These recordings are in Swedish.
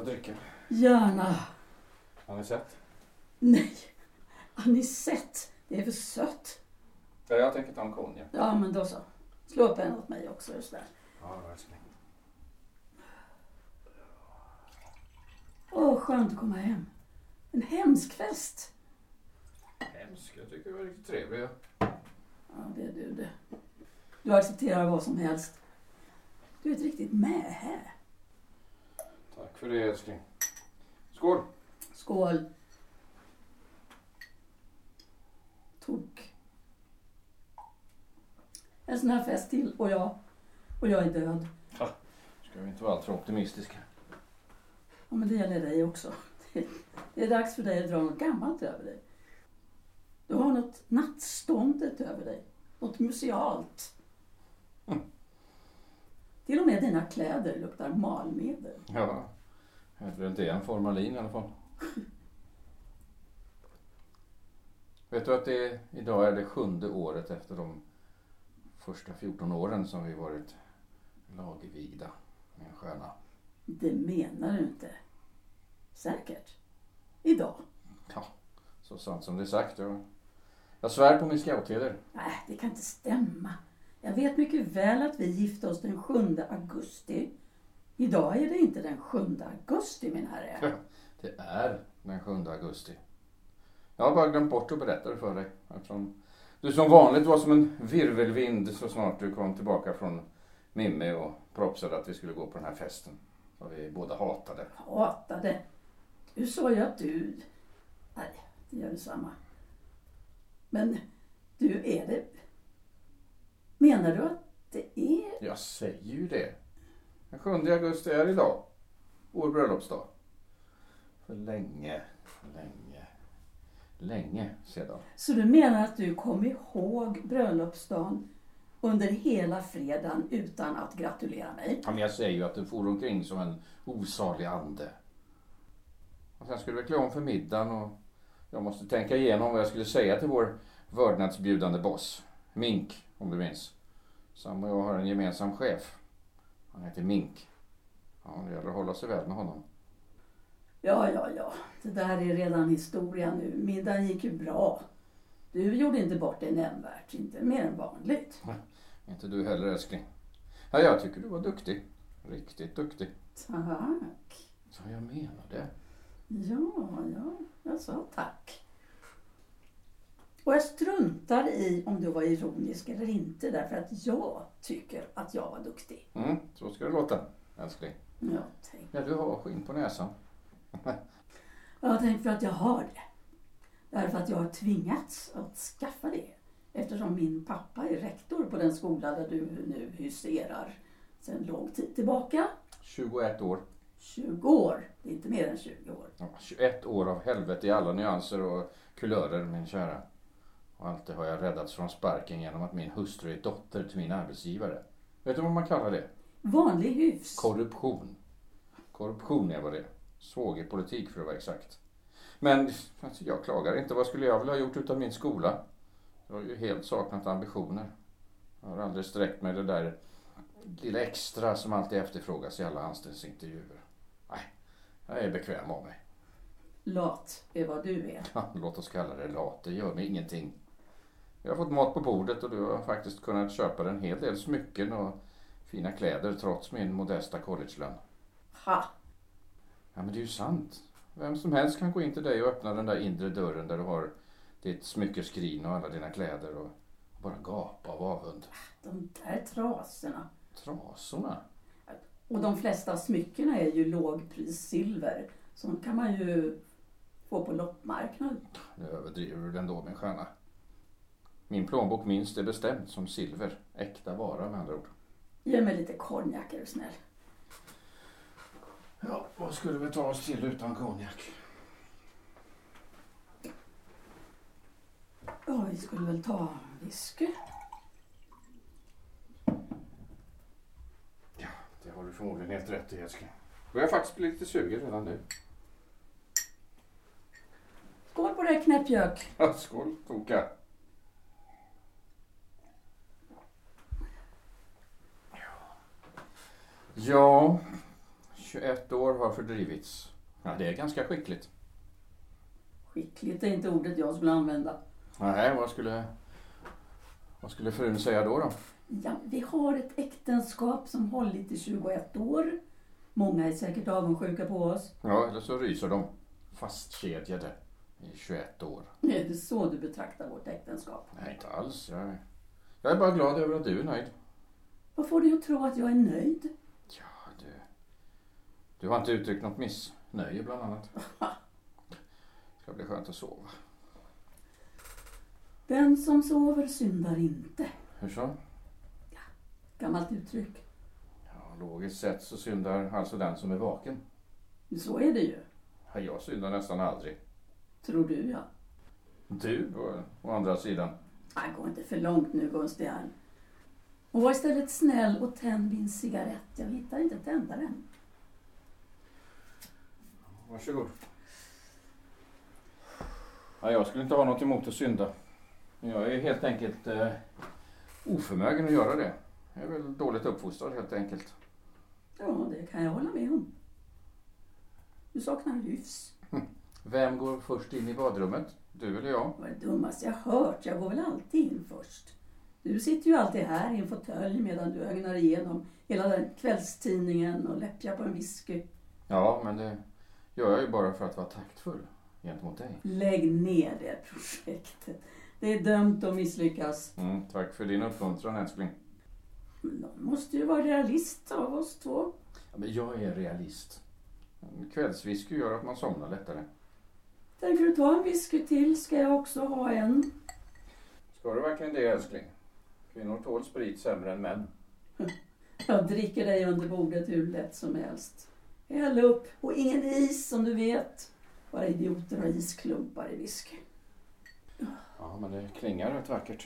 få dricka? Gärna. Har ni sett? Nej, anisette. Det är för sött. Ja, jag tänker ta en konjak. Ja, men då så. Slå upp en åt mig också just där. Ja, älskling. Skönt att komma hem. En hemsk fest. Hemsk, jag tycker det var riktigt trevligt. Ja, det är du det. Du accepterar vad som helst. Du är ett riktigt mähä. Tack för det, älskling. Skål! Skål. Tok. En sån här fest till och jag är död. Ja, ska vi inte vara alltför optimistiska. Ja, men det gäller dig också. Det är dags för dig att dra något gammalt över dig. Du har något nattståndet över dig. Något musealt. Till och med dina kläder luktar malmedel. Ja, hellre än det än formalin i alla fall. Vet du att idag är det 7:e året efter de första 14 åren som vi varit lagvigda med en stjärna. Det menar du inte. Säkert. Idag. Ja, så sant som det är sagt. Jag svär på min scoutheder. Nej, det kan inte stämma. Jag vet mycket väl att vi gifte oss den 7 augusti. Idag är det inte den 7 augusti, min herre. Ja, det är den 7 augusti. Jag har bara glömt bort att berätta det för dig. Eftersom du som vanligt var som en virvelvind så snart du kom tillbaka från Mimmi och propsade att vi skulle gå på den här festen. Som vi båda hatade. Hatade? Du sa ju att du... Nej, det gör detsamma. Men du, är det... Menar du att det är... Jag säger ju det. Den 7 augusti är idag. Vår bröllopsdag. För länge sedan. Så du menar att du kom ihåg bröllopsdagen under hela fredagen utan att gratulera mig? Ja, men jag säger ju att du for omkring som en osalig ande. Och sen skulle vi klä om för middagen och jag måste tänka igenom vad jag skulle säga till vår vördnadsbjudande boss. Mink, om du minns. Sam och jag har en gemensam chef. Han heter Mink. Ja, det gäller att hålla sig väl med honom. Ja. Det där är redan historia nu. Middagen gick ju bra. Du gjorde inte bort det nämnvärt. Inte mer än vanligt. Inte du heller, älskling. Ja, jag tycker du var duktig. Riktigt duktig. Tack. Så jag menar det. Ja, jag sa tack. Och jag struntar i om du var ironisk eller inte. Därför att jag tycker att jag var duktig. Så ska det låta, älskling. Ja, tänk. Ja, du har skinn på näsan. Ja, tänk för att jag har det. Därför att jag har tvingats att skaffa det. Eftersom min pappa är rektor på den skola där du nu hysterar sedan lång tid tillbaka. 21 år. 20 år. Det är inte mer än 20 år. Ja, 21 år av helvete i alla nyanser och kulörer, min kära. Och alltid har jag räddats från sparken genom att min hustru är dotter till min arbetsgivare. Vet du vad man kallar det? Vanlig hyfs. Korruption. Korruption är vad det är. Svågerpolitik för att vara exakt. Men alltså, jag klagar inte. Vad skulle jag vilja ha gjort utan min skola? Jag har ju helt saknat ambitioner. Jag har aldrig sträckt mig det där lilla extra som alltid efterfrågas i alla anställningsintervjuer. Nej, jag är bekväm av mig. Lat är vad du är. Ja, låt oss kalla det lat. Det gör mig ingenting. Jag har fått mat på bordet och du har faktiskt kunnat köpa en hel del smycken och fina kläder trots min modesta collegelön. Ha! Ja, men det är ju sant. Vem som helst kan gå in till dig och öppna den där inre dörren där du har ditt smyckeskrin och alla dina kläder och bara gapa av avund. De där trasorna. Trasorna? Och de flesta smyckena är ju lågprissilver. Så kan man ju få på loppmarknaden. Nu överdriver du den då, min stjärna. Min plånbok minst är bestämt som silver. Äkta vara med andra ord. Ge mig lite konjak, är du snäll. Ja, vad skulle vi ta oss till utan konjak? Ja, vi skulle väl ta whisky. Ja, det har du förmodligen helt rätt i, älskling. Och jag har faktiskt blivit lite sugen redan nu. Skål på dig, knäppjök. Ja, skål, Toka. Ja, 21 år har fördrivits. Ja, det är ganska skickligt. Skickligt är inte ordet jag skulle använda. Nej, vad skulle frun säga då? Ja, vi har ett äktenskap som hållit i 21 år. Många är säkert avundsjuka på oss. Ja, eller så ryser de fastkedjade i 21 år. Är det så du betraktar vårt äktenskap? Nej, inte alls. Jag är bara glad över att du är nöjd. Vad får du att tro att jag är nöjd? Ja, du har inte uttryckt något missnöje bland annat. Det ska bli skönt att sova. Den som sover syndar inte. Hur så? Gammalt uttryck. Ja, logiskt sett så syndar alltså den som är vaken. Så är det ju. Ja, jag syndar nästan aldrig. Tror du, ja. Du, å andra sidan. Nej, gå inte för långt nu, Gunstian. Och var istället snäll och tänd min cigarett. Jag hittar inte tändaren. Varsågod. Ja, jag skulle inte ha något emot att synda. Jag är helt enkelt oförmögen att göra det. Jag är väl dåligt uppfostrad helt enkelt. Ja, det kan jag hålla med om. Du saknar hyfs. Vem går först in i badrummet? Du eller jag? Det var det dummaste jag hört. Jag går väl alltid in först. Du sitter ju alltid här i en fåtölj medan du ögnar igenom hela den kvällstidningen och läppjar på en whisky. Ja, men det gör jag ju bara för att vara taktfull gentemot dig. Lägg ner det projektet. Det är dömt att misslyckas. Tack för din uppmuntran, älskling. Men någon måste ju vara realist av oss två. Ja, men jag är realist. En kvällswhisky gör att man somnar lättare. Tänker du ta en whisky till ska jag också ha en. Ska du verkligen det, älskling? Kvinnor tål sprit sämre än män. Jag dricker dig under bordet hur lätt som helst. Häll upp och ingen is som du vet. Bara idioter har isklumpar i whisky. Ja, men det klingar rätt vackert.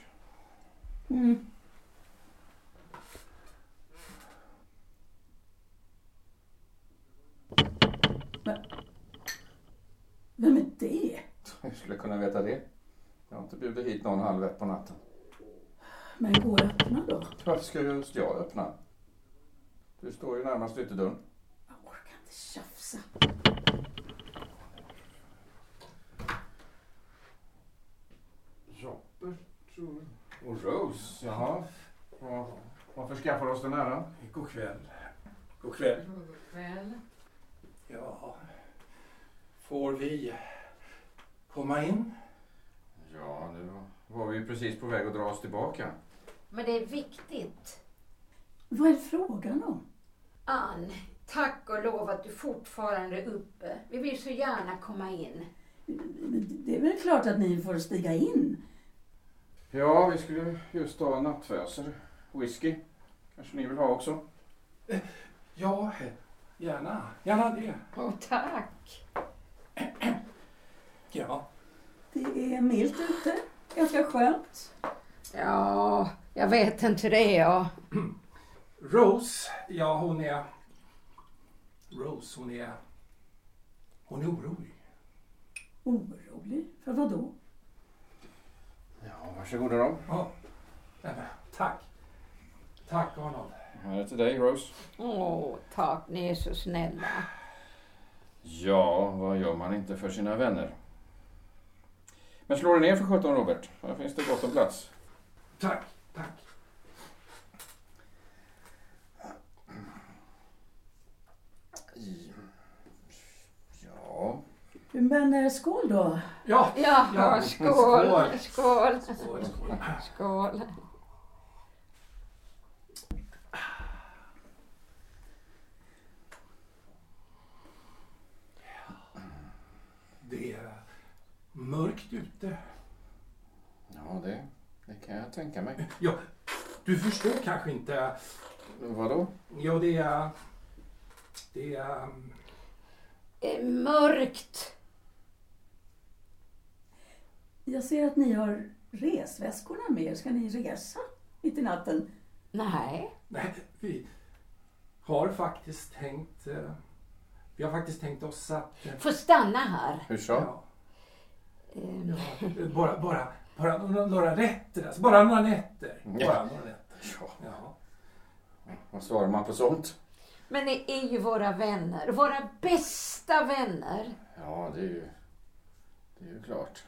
Vem är det? Jag skulle kunna veta det. Jag har inte bjudit hit någon 1:30 på natten. Men gå och öppna då. Varför ska just jag öppna? Du står ju närmast ytterdörren. Jag orkar inte tjafsa. Robert och Rose, jaha. Varför skaffar oss den äran? God kväll. God kväll. God kväll. Ja, får vi komma in? Ja, nu var vi precis på väg att dra oss tillbaka. Men det är viktigt. Vad är frågan om? Ann, tack och lov att du fortfarande är uppe. Vi vill så gärna komma in. Det är väl klart att ni får stiga in. Ja, vi skulle just ha nattföser. Whisky. Kanske ni vill ha också? Ja, gärna. Gärna det. Åh, tack. Ja. Det är milt ute. Ganska skönt. Ja, jag vet inte det, ja. Rose, ja hon är orolig. Orolig? För vad då? Ja, varsågoda då. Ja, men, tack. Tack Arnold. Här är till dig, Rose. Åh, tack. Ni är så snälla. Ja, vad gör man inte för sina vänner? Men slå dig ner för 17, Robert. Här finns det gott om plats. Tack. Ja. Men skål då. Ja, Ja, skål. Skål. Skål. Skål. Det är mörkt ute. Ja, det kan jag tänka mig. Ja, du förstår kanske inte. Vadå? Ja, det är Mörkt. Jag ser att ni har resväskorna med er. Ska ni resa mitt i natten? Nej. Nej, vi har faktiskt tänkt oss att... Får stanna här. Hur så? Ja, bara några nätter. Alltså, bara några nätter. Ja. Bara några nätter. Ja. Ja. Vad svarar man på sånt? Men ni är ju våra vänner. Våra bästa vänner. Ja, det är ju klart.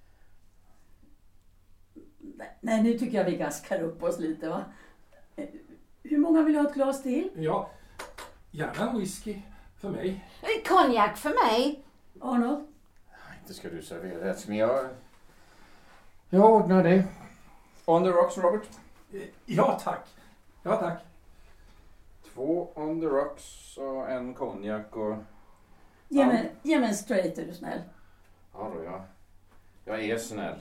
Nej, nu tycker jag vi gaskar upp oss lite, va? Hur många vill ha ett glas till? Ja, gärna en whisky för mig. Konjak för mig. Arnold? Inte ska du servera älskling. Jag ordnar det. On the rocks, Robert. Ja, tack. Ja, tack. 2 on the rocks och en konjak och... Ge mig en straight, är du snäll. Ja då, jag är snäll.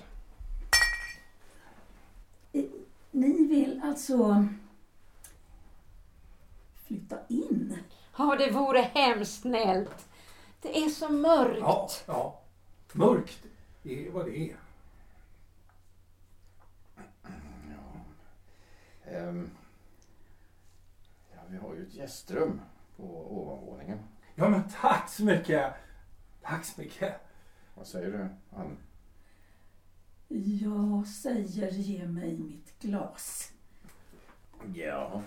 Ni vill alltså flytta in? Ja, det vore hemskt snällt. Det är så mörkt. Ja. Mörkt är vad det är. Vi har ju ett gästrum på ovanvåningen. Ja, men tack så mycket. Tack så mycket. Vad säger du, Ann? Jag säger ge mig mitt glas. Ja.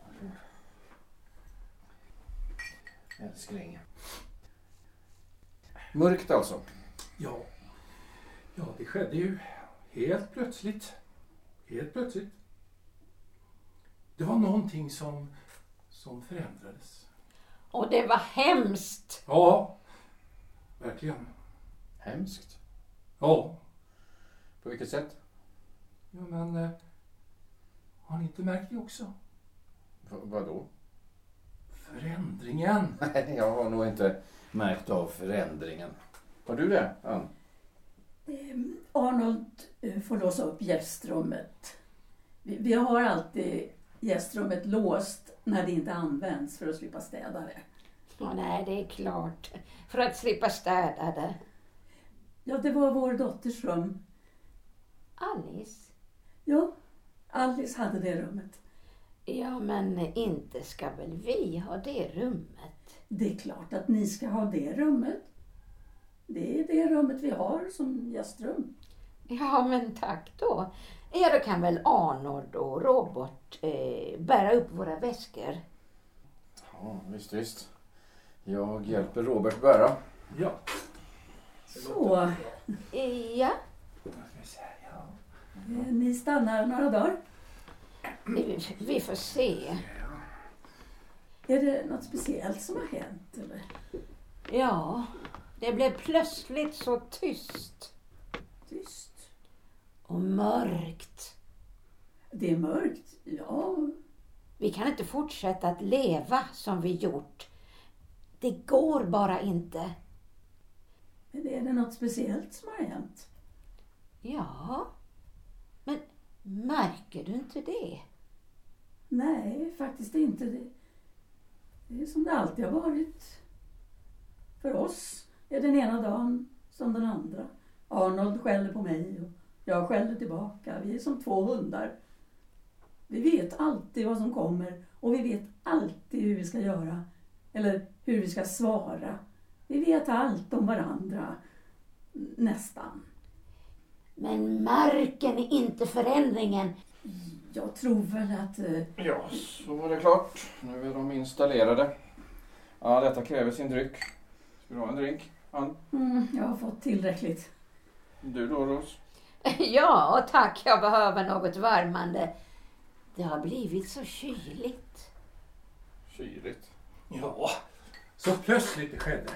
Älskling. Mörkt alltså. Ja, det skedde ju helt plötsligt. Helt plötsligt. Det var någonting som förändrades. Och det var hemskt. Ja, verkligen. Hemskt. Ja, På vilket sätt? ja men har ni inte märkt det också? Vadå? Förändringen. Nej, jag har nog inte märkt av förändringen. Har du det, Ann? Arnold får låsa upp gästrummet. Vi har alltid gästrummet låst när det inte används för att slippa städa det. Ja, nej, det är klart. För att slippa städa det. Ja, det var vår dotters rum. Alice? Ja, Alice hade det rummet. Ja, men inte ska väl vi ha det rummet? Det är klart att ni ska ha det rummet. Det är det rummet vi har som gästrum. Ja, men tack då. Ja, då kan väl Arnold och Robert bära upp våra väskor. Ja, visst. Jag hjälper Robert bära. Ja. Så, Ja, ni stannar några dagar. vi får se. Är det något speciellt som har hänt, eller? Ja, det blev plötsligt så tyst Tyst. och mörkt. Det är mörkt, ja. Vi kan inte fortsätta att leva som vi gjort. Det går bara inte. Men är det något speciellt som har hänt? Ja, men märker du inte det? Nej, faktiskt inte. Det är som det alltid har varit. För oss är den ena dagen som den andra. Arnold skäller på mig och jag skäller tillbaka. Vi är som 2 hundar. Vi vet alltid vad som kommer och vi vet alltid hur vi ska göra. Eller hur vi ska svara. Vi vet allt om varandra. Nästan. Men märker ni inte förändringen? Jag tror väl att... Ja, så var det klart. Nu är de installerade. Ja, detta kräver sin dryck. Ska du ha en drink, Ann? jag har fått tillräckligt. Du då, Ros? Ja, tack. Jag behöver något värmande. Det har blivit så kyligt. Kyligt. Ja, så plötsligt det skedde.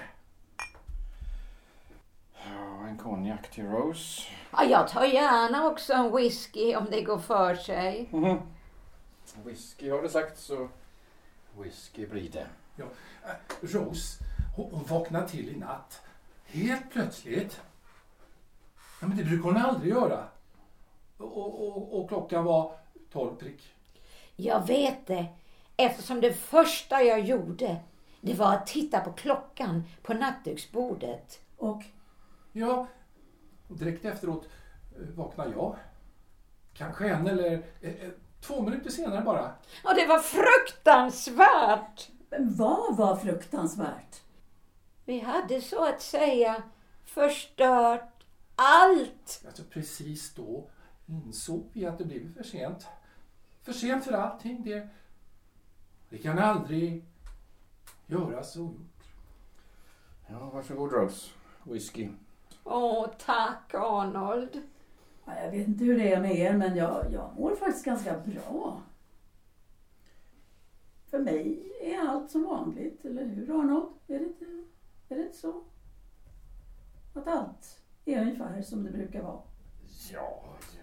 Ja, en konjak till Rose. Ja, jag tar gärna också en whisky om det går för sig. Whisky har du sagt, så whisky blir det. Ja, Rose, hon vaknade till i natt. Helt plötsligt. Ja, men det brukar hon aldrig göra. Och klockan var 12 prick. Jag vet det, eftersom det första jag gjorde, det var att titta på klockan på nattduksbordet. Och Ja, och direkt efteråt vaknade jag. Kanske 1 eller 2 minuter senare bara. Och det var fruktansvärt. vad var fruktansvärt? Vi hade så att säga förstört allt. Alltså precis då insåg vi att det blev för sent. För sent för allting. Det kan aldrig Göra så gjort. Ja, varsågod Rose. Whisky. Åh, tack Arnold. Ja, jag vet inte hur det är med er, men jag mår faktiskt ganska bra. För mig är allt som vanligt, eller hur Arnold? Är det inte så? Att allt är ungefär som det brukar vara. Ja,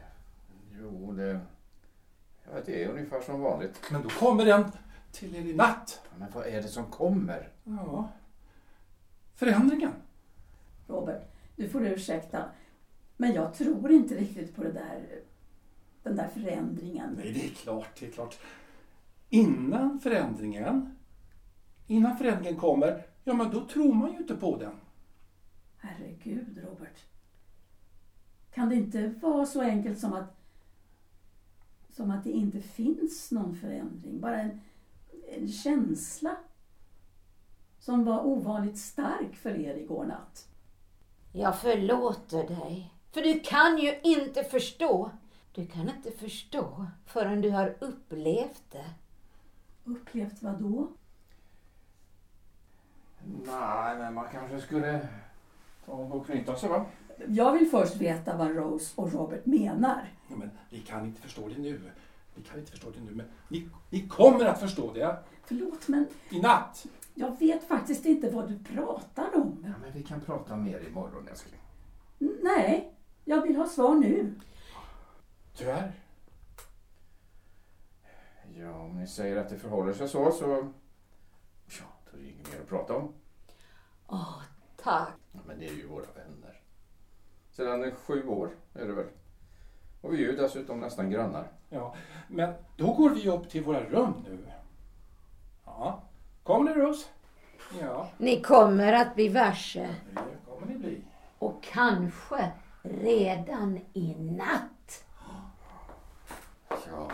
det är ungefär som vanligt. Men då kommer den till er i natt. Men vad är det som kommer? Ja. Förändringen. Robert, du får ursäkta. Men jag tror inte riktigt på den där förändringen. Nej, det är klart. Innan förändringen kommer, ja men då tror man ju inte på den. Herregud, Robert. Kan det inte vara så enkelt som att det inte finns någon förändring? Bara en känsla som var ovanligt stark för er igår natt. Jag förlåter dig. För du kan ju inte förstå. Du kan inte förstå förrän du har upplevt det. Upplevt vad då? Nej, men man kanske skulle ta och knyta sig, va? Jag vill först veta vad Rose och Robert menar. Ja, men vi kan inte förstå det nu. Men ni kommer att förstå det. Förlåt, men I natt. jag vet faktiskt inte vad du pratar om. Ja, men vi kan prata mer imorgon, älskling. Nej, jag vill ha svar nu. Tyvärr. Ja, om ni säger att det förhåller sig så... Ja, då är det inget mer att prata om. Åh, tack. Ja, men det är ju våra vänner. Sedan 7 år är det väl. Och vi är ju dessutom nästan grannar. Ja, men då går vi upp till våra rum nu. Ja, kommer ni Rose? Ja, Ni kommer att bli varse. det kommer ni bli. Och kanske redan i natt. Ja.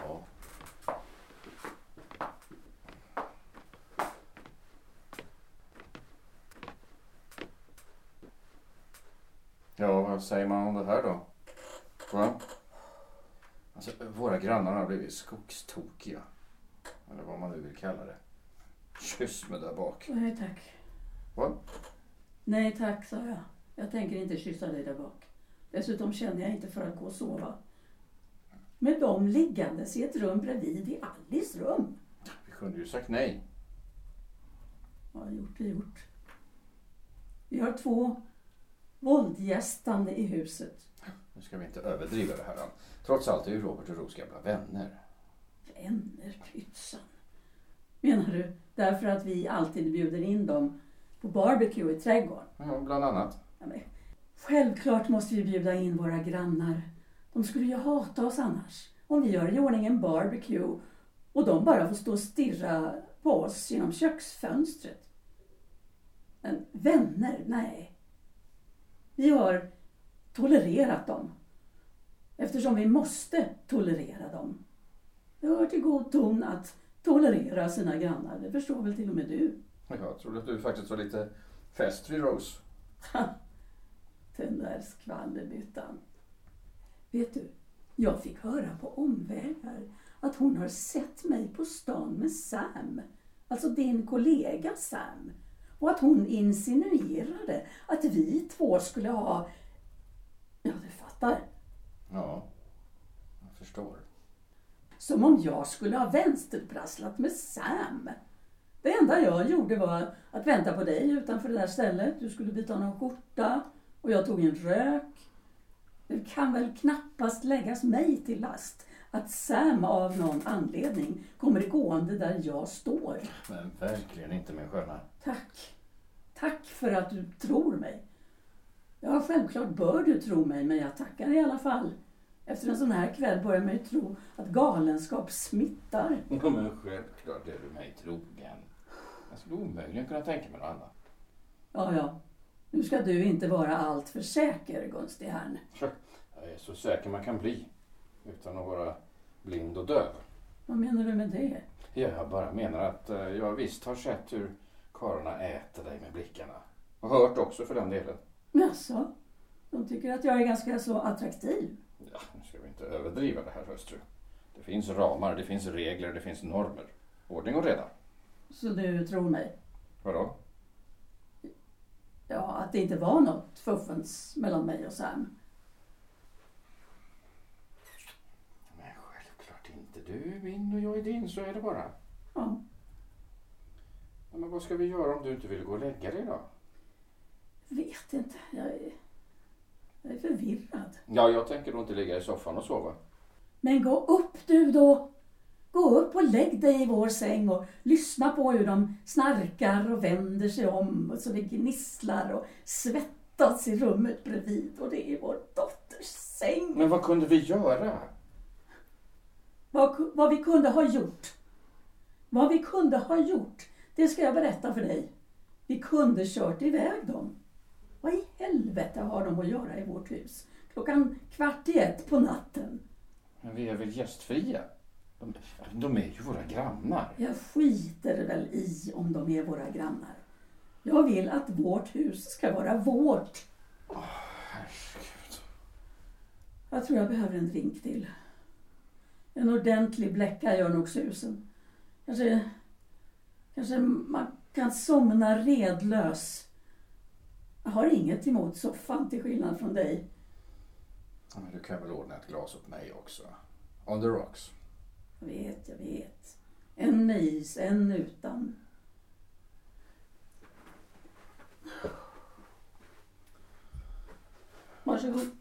Ja, vad säger man om det här då? Va? Alltså, våra grannar har blivit skogstokiga. Eller vad man nu vill kalla det. Kyss med där bak. Nej tack. Va? Nej tack, sa jag. Jag tänker inte kyssa dig där bak. Dessutom känner jag inte för att gå och sova. Med dem liggandes i ett rum bredvid i Alice rum. Vi kunde ju sagt nej. Ja, gjort är gjort. Vi har 2 våldgästande i huset. Nu ska vi inte överdriva det här. Trots allt är ju Robert och Rose gamla vänner. Vänner, pytsan. Menar du därför att vi alltid bjuder in dem på barbecue i trädgården? Ja, bland annat. Ja, men, självklart måste vi bjuda in våra grannar. De skulle ju hata oss annars. Om vi gör i ordning en barbecue och de bara får stå och stirra på oss genom köksfönstret. Men vänner, nej. Vi har tolererat dem. Eftersom vi måste tolerera dem. Det hör till god ton att tolerera sina grannar. Det förstår väl till och med du. Jag trodde att du faktiskt var lite festlig, Rose. Den där skvallerbyttan. Vet du, jag fick höra på omvägar att hon har sett mig på stan med Sam. Alltså din kollega Sam. Och att hon insinuerade att vi 2 skulle ha... Ja, du fattar. Ja, jag förstår. Som om jag skulle ha vänsterprasslat med Sam. Det enda jag gjorde var att vänta på dig utanför det där stället. Du skulle byta någon skjorta och jag tog en rök. Det kan väl knappast läggas mig till last att Sam av någon anledning kommer gående där jag står. Men verkligen inte, min sköna. Tack. Tack för att du tror mig. Ja, självklart bör du tro mig, men jag tackar i alla fall. Efter en sån här kväll börjar man ju tro att galenskap smittar. Ja, men självklart är du mig trogen. Jag skulle omöjligen kunna tänka mig något annat. Ja. Nu ska du inte vara allt för säker, Gunstihärn. Jag är så säker man kan bli. Utan att vara blind och döv. Vad menar du med det? Jag bara menar att jag visst har sett hur karlarna äter dig med blickarna. Och hört också för den delen. Jaså? De tycker att jag är ganska så attraktiv. Ja, nu ska vi inte överdriva det här, hustru. Det finns ramar, det finns regler, det finns normer. Ordning och reda. Så du tror mig? Va? Vadå? Ja, att det inte var något fuffens mellan mig och Sam. Men självklart inte. Du är min och jag är din, så är det bara. Ja. Men vad ska vi göra om du inte vill gå och lägga dig då? Vet inte. Jag är förvirrad. Ja, jag tänker då inte ligga i soffan och sova. Men gå upp du då. Gå upp och lägg dig i vår säng och lyssna på hur de snarkar och vänder sig om. Och så det gnisslar och svettas i rummet bredvid. Och det är vår dotters säng. Men vad kunde vi göra? Vad vi kunde ha gjort. Vad vi kunde ha gjort. Det ska jag berätta för dig. Vi kunde kört iväg dem. Vad i helvete har de att göra i vårt hus? 1:15 på natten. Men vi är väl gästfria? De är ju våra grannar. Jag skiter väl i om de är våra grannar. Jag vill att vårt hus ska vara vårt. Herregud. Jag tror jag behöver en drink till. En ordentlig bläcka gör nog susen. Kanske man kan somna redlös. Jag har inget emot soffan till skillnad från dig. Ja, men du kan väl ordna ett glas åt mig också. On the rocks. Jag vet. En med is, en utan. Varsågod.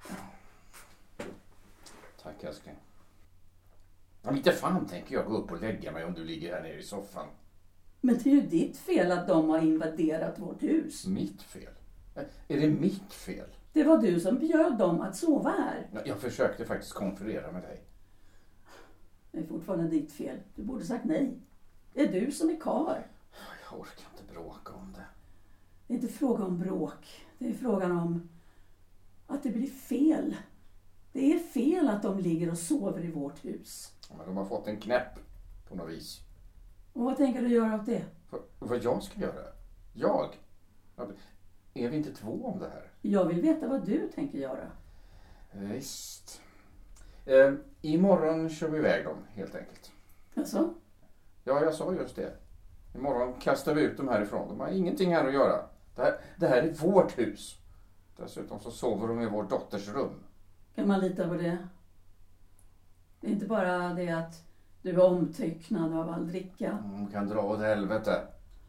Tack älskling. Ja, inte fan tänker jag gå upp och lägga mig om du ligger här nere i soffan. Men det är ju ditt fel att de har invaderat vårt hus. Mitt fel? Är det mitt fel? Det var du som bjöd dem att sova här. Jag försökte faktiskt konferera med dig. Det är fortfarande ditt fel. Du borde sagt nej. Det är du som är karl. Jag orkar inte bråka om det. Det är inte fråga om bråk. Det är frågan om att det blir fel. Det är fel att de ligger och sover i vårt hus. Ja, men de har fått en knäpp på något vis. Och vad tänker du göra åt det? Vad jag ska göra? Jag? Är vi inte två om det här? Jag vill veta vad du tänker göra. Visst. Imorgon kör vi iväg dem helt enkelt. Alltså? Ja, jag sa just det. Imorgon kastar vi ut dem härifrån. De har ingenting här att göra. Det här är vårt hus. Dessutom så sover de i vår dotters rum. Kan man lita på det? Det är inte bara det att du är omtöcknad av all dricka. De kan dra åt helvete.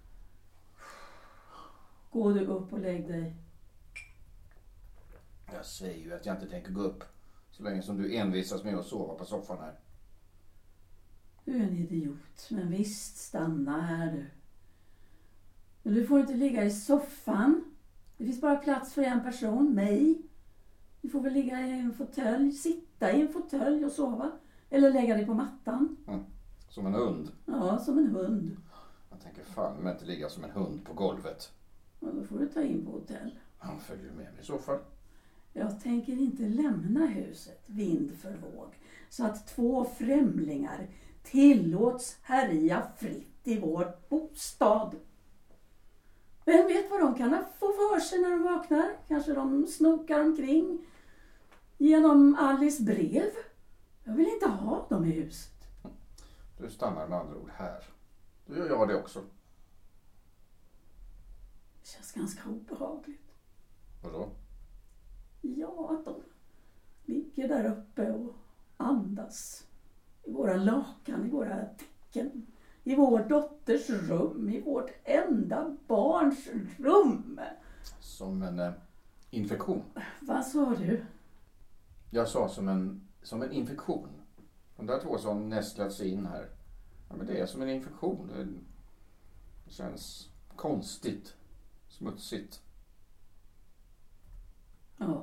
Gå du upp och lägg dig. Jag säger ju att jag inte tänker gå upp. Så länge som du envisas med att sova på soffan här. Du är en idiot, men visst, stanna här du. Men du får inte ligga i soffan. Det finns bara plats för en person, mig. Du får väl ligga i en fåtölj, sitta i en fåtölj och sova. Eller lägga dig på mattan. Som en hund. Ja, som en hund. Jag tänker fan men inte ligga som en hund på golvet. Ja, då får du ta in på hotell. Han följer med mig i så fall. Jag tänker inte lämna huset vind för våg. Så att 2 främlingar tillåts härja fritt i vår bostad. Vem vet vad de kan få för sig när de vaknar? Kanske de snokar omkring genom Alice brev. Jag vill inte ha dem i huset. Du stannar med andra ord här. Då gör jag det också. Det känns ganska obehagligt. Vadå? Ja, att de ligger där uppe och andas. I våra lakan, i våra täcken. I vår dotters rum, i vårt enda barns rum. Som en infektion. Vad sa du? Jag sa som en infektion. De där 2 som nästlat sig in här. Ja, men det är som en infektion. Det känns konstigt. Smutsigt. Ja.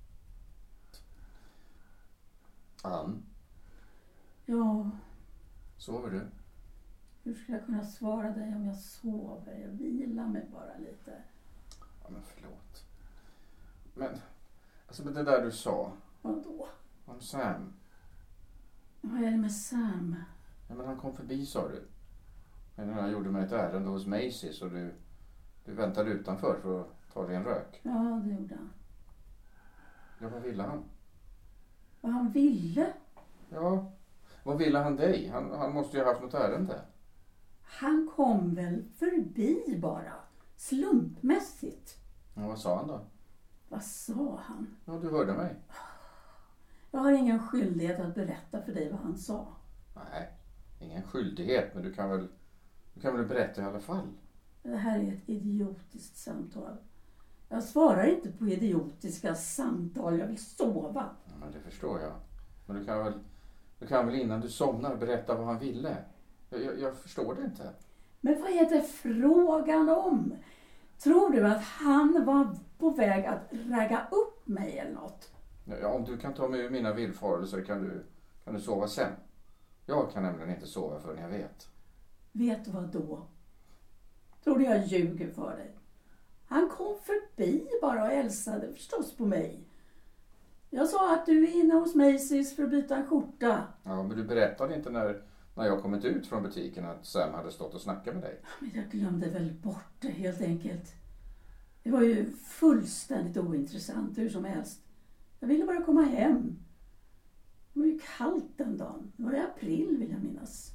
Ann, Ja, sover du? hur ska jag kunna svara dig om jag sover? Jag vilar mig bara lite. Ja, men förlåt. Men, alltså det där du sa. Vadå? Om Sam. Vad är det med Sam? Ja, men han kom förbi sa du. Men jag gjorde mig ett ärende hos Macy's och du väntade utanför för att ta dig en rök. Ja, det gjorde han. Ja, vad ville han? Vad han ville? Ja, vad ville han dig? Han måste ju ha haft något ärende. Han kom väl förbi bara, slumpmässigt. Ja, vad sa han då? Vad sa han? Ja, du hörde mig. Jag har ingen skyldighet att berätta för dig vad han sa. Nej, ingen skyldighet, men du kan väl berätta i alla fall. Det här är ett idiotiskt samtal. Jag svarar inte på idiotiska samtal, jag vill sova. Ja, men det förstår jag. Men du kan väl innan du somnar berätta vad han ville. Jag förstår det inte. Men vad är det frågan om? Tror du att han var på väg att ragga upp mig eller något? Ja, om du kan ta mig ur mina villfarelser kan du sova sen. Jag kan nämligen inte sova förrän jag vet. Vet du vad då? Tror du jag ljuger för dig? Han kom förbi bara och hälsade förstås på mig. Jag sa att du är inne hos Macy's för att byta en skjorta. Ja, men du berättade inte när jag kommit ut från butiken att Sam hade stått och snackat med dig. Men jag glömde väl bort det helt enkelt. Det var ju fullständigt ointressant hur som helst. Jag ville bara komma hem. Det var ju kallt den dagen. Det var i april vill jag minnas.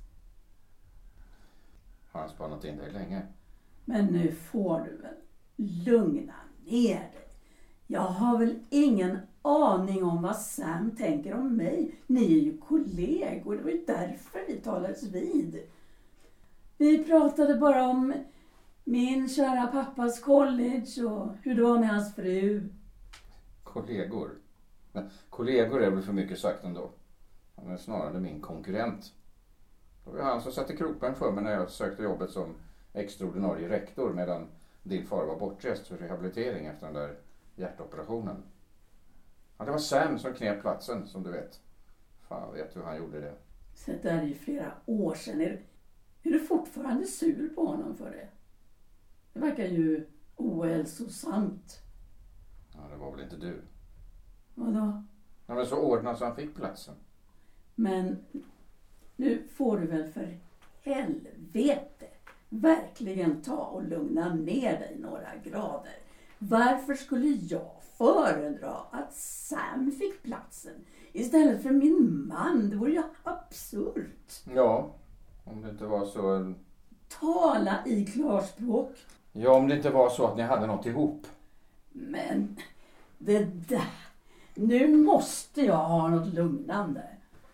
Har han spannat in dig länge? Men nu får du väl lugna ner dig. Jag har väl ingen aning om vad Sam tänker om mig. Ni är ju kollegor. Det var ju därför vi talades vid. Vi pratade bara om min kära pappas college och hur det var med hans fru. Kollegor? Men kollegor är väl för mycket sagt ändå. Han är snarare min konkurrent. Det var han som satte kroppen för mig när jag sökte jobbet som extraordinarie rektor medan din far var bortrest för rehabilitering efter den där hjärtoperationen. Ja, det var Sam som knep platsen, som du vet. Fan, vet du hur han gjorde det? Så det där är ju flera år sedan. Är du fortfarande sur på honom för det? Det verkar ju ohälsosamt. Ja, det var väl inte du. Vadå? Ja, men så ordnade så han fick platsen. Men nu får du väl för helvete verkligen ta och lugna ner dig några grader. Varför skulle jag föredra att Sam fick platsen istället för min man? Det vore ju absurt. Ja, om det inte var så... Tala i klarspråk. Ja, om det inte var så att ni hade något ihop. Men det där... Nu måste jag ha något lugnande.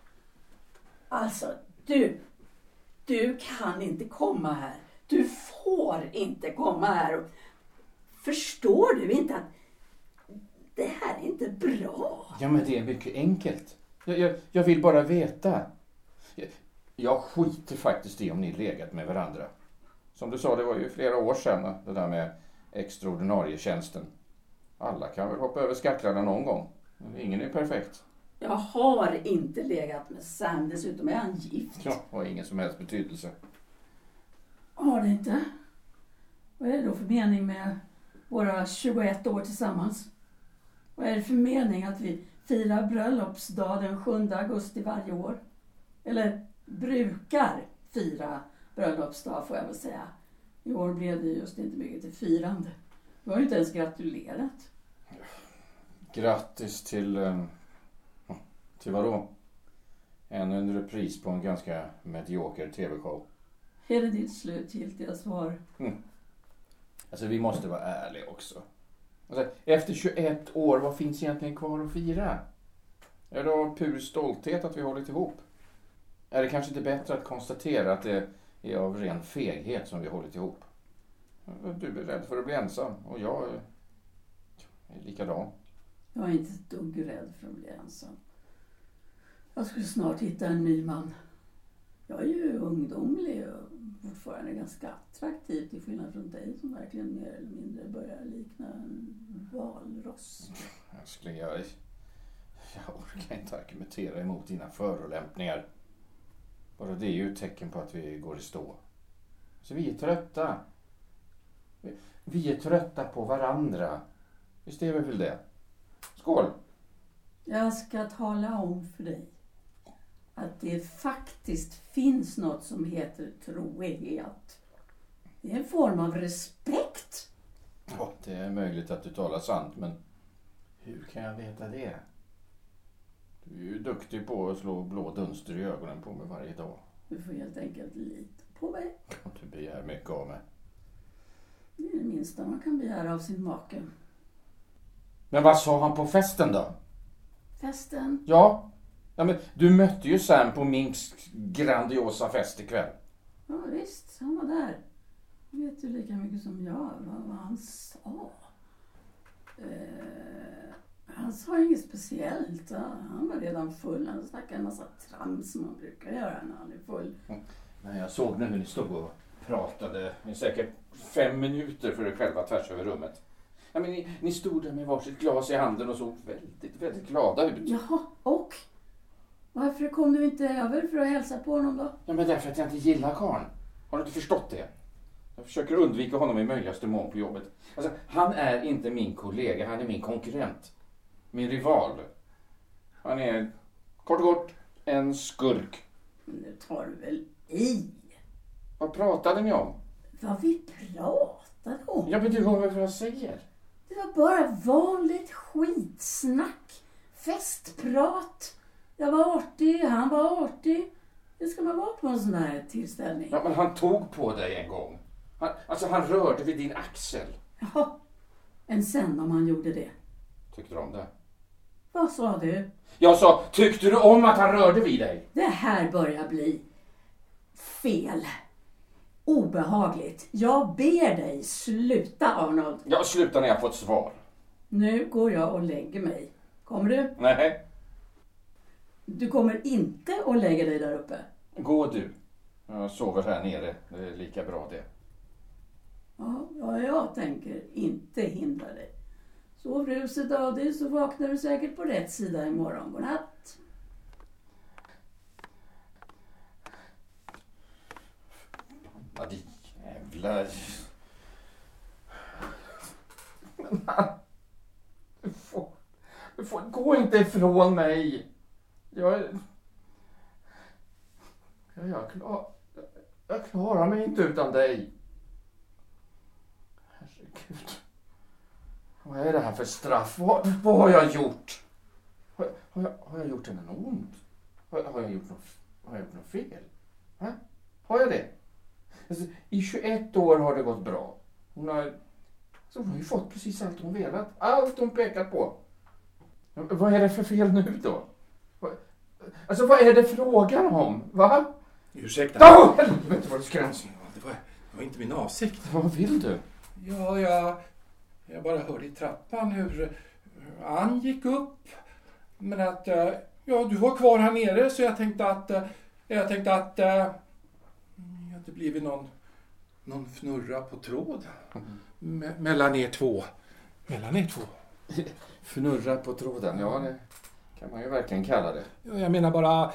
Alltså, du kan inte komma här. Du får inte komma här. Förstår du inte att det här är inte bra? Ja, men det är mycket enkelt. Jag vill bara veta. Jag skiter faktiskt i om ni legat med varandra. Som du sa, det var ju flera år sedan det där med extraordinarie tjänsten. Alla kan väl hoppa över skacklarna någon gång. Ingen är perfekt. Jag har inte legat med Sam, dessutom är han gift. Ja, och ingen som helst betydelse. Har det inte? Vad är det då för mening med våra 21 år tillsammans? Vad är det för mening att vi firar bröllopsdag den 7 augusti varje år? Eller brukar fira bröllopsdag, får jag väl säga. I år blev det just inte mycket till firande. Du har ju inte ens gratulerat. Grattis till vad då? En repris på en ganska medioker tv-show. Är det ditt slutgiltiga svar? Alltså vi måste vara ärliga också. Alltså, efter 21 år, vad finns egentligen kvar att fira? Är det av pur stolthet att vi hållit ihop? Är det kanske inte bättre att konstatera att det är av ren feghet som vi hållit ihop? Du är rädd för att bli ensam och jag är likadan. Jag är inte ett dugg rädd för att bli ensam. Jag skulle snart hitta en ny man. Jag är ju ungdomlig och fortfarande ganska attraktiv till skillnad från dig som verkligen mer eller mindre börjar likna en valross. Älskling, jag orkar inte argumentera emot dina förolämpningar. Bara det är ju ett tecken på att vi går i stå. Så vi är trötta. Vi är trötta på varandra. Visst är vi väl det? Skål! Jag ska tala om för dig att det faktiskt finns något som heter trohet. Det är en form av respekt. Ja, det är möjligt att du talar sant, men hur kan jag veta det? Du är ju duktig på att slå blå dunster i ögonen på mig varje dag. Du får helt enkelt lita på mig. Kan du begär mycket av mig? Det är det minsta man kan begära av sin make. Men vad sa han på festen då? Festen? Ja, men du mötte ju Sam på Minks grandiosa fest ikväll. Ja visst, han var där. Jag vet ju lika mycket som jag vad han sa. Han sa inget speciellt. Han var redan full. Han snackade en massa trams som man brukar göra när han är full. Men jag såg nu hur ni stod och pratade i säkert 5 minuter för er själva tvärs över rummet. Ja, men ni stod där med varsitt glas i handen och såg väldigt, väldigt glada ut. Jaha, och? Varför kom du inte över för att hälsa på honom då? Ja, men därför att jag inte gillar karln. Har du inte förstått det? Jag försöker undvika honom i möjligaste mån på jobbet. Alltså, han är inte min kollega, han är min konkurrent. Min rival. Han är kort och kort en skurk. Nu tar du väl i? Vad pratade ni om? Vad vi pratade om? Ja, men du hör väl vad jag säger? Det var bara vanligt skitsnack. Festprat. Jag var artig, han var artig. Hur ska man vara på en sån här tillställning? Ja, men han tog på dig en gång. Han rörde vid din axel. Jaha, en sen om han gjorde det. Tyckte du om det? Vad sa du? Jag sa, tyckte du om att han rörde vid dig? Det här börjar bli fel. Obehagligt. Jag ber dig, sluta Arnold. Ja, sluta när jag får ett svar. Nu går jag och lägger mig. Kommer du? Nej, Du kommer inte att lägga dig där uppe. gå du. Jag sover här nere, det är lika bra det. Ja, jag tänker inte hindra dig. Sov ruset av dig så vaknar du säkert på rätt sida imorgon. Godnatt. Ja, det jävlar. Du får gå inte ifrån mig. Jag klarar mig inte utan dig. Herregud. Vad är det här för straff? Vad har jag gjort? Har jag gjort henne något ont? Har jag gjort något fel? Ha? Har jag det? Alltså, i 21 år har det gått bra. Hon har ju fått precis allt hon velat. Allt hon pekat på. Vad är det för fel nu då? Alltså vad är det frågan om? Va? Ursäkta. Helvete vad du skräms. Det var inte min avsikt. Vad vill du? Ja, jag bara hörde i trappan hur Ann gick upp. Men att du var kvar här nere så jag tänkte att det blivit någon fnurra på tråd mellan er två. Fnurra på tråden, ja det kan man ju verkligen kalla det. Ja, jag menar bara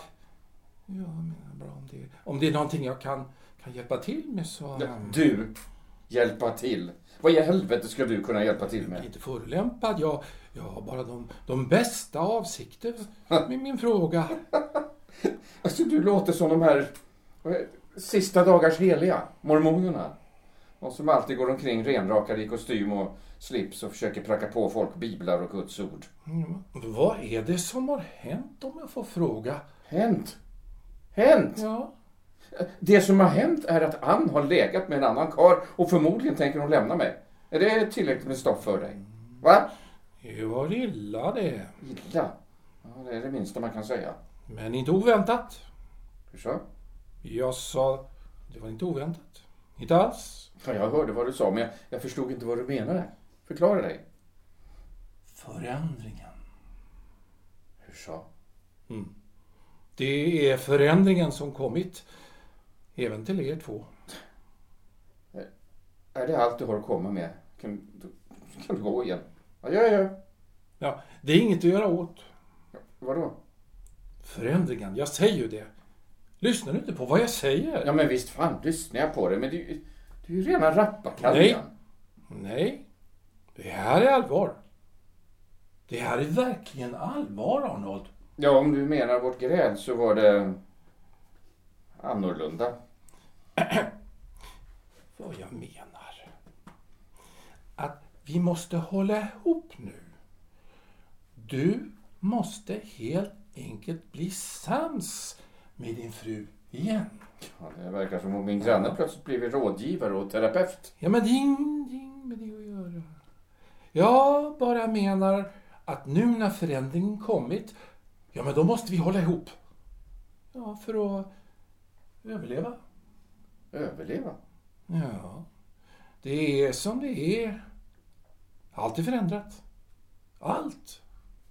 om det är någonting jag kan hjälpa till med så... Du, hjälpa till? Vad i helvete ska du kunna hjälpa till med? Inte förolämpad, jag har bara de bästa avsikter med min fråga. Alltså du låter som de här sista dagars heliga, mormonerna. De som alltid går omkring renrakade i kostym och slips och försöker pracka på folk biblar och Guds ord. Vad är det som har hänt om jag får fråga? Hänt? Ja. Det som har hänt är att Ann har legat med en annan karl och förmodligen tänker hon lämna mig. Är det tillräckligt med stoff för dig? Va? Det var illa det. Illa? Ja, det är det minsta man kan säga. Men inte oväntat. Hur så? Jag sa, det var inte oväntat. Inte alls. Ja, jag hörde vad du sa men jag förstod inte vad du menade. Förklara dig. Förändringen. Hur så? Det är förändringen som kommit även till er två. Är det allt du har att komma med? Kan du gå igen? Ja. Ja, det är inget att göra åt. Ja, vadå? Förändringen, jag säger ju det. Lyssnar du inte på vad jag säger? Ja men visst fan lyssnar jag på det. Men du är ju rena rappakaljan. Nej. Det här är allvar. Det här är verkligen allvar, Arnold. Ja, om du menar vårt gräl så var det annorlunda. Vad jag menar. Att vi måste hålla ihop nu. Du måste helt enkelt bli sams med din fru igen. Ja, det verkar som om min granne plötsligt blivit rådgivare och terapeut. Ja, men det är ingenting med det att göra. Jag bara menar att nu när förändringen kommit, ja men då måste vi hålla ihop. Ja, för att överleva. Överleva? Ja, det är som det är. Allt är förändrat. Allt.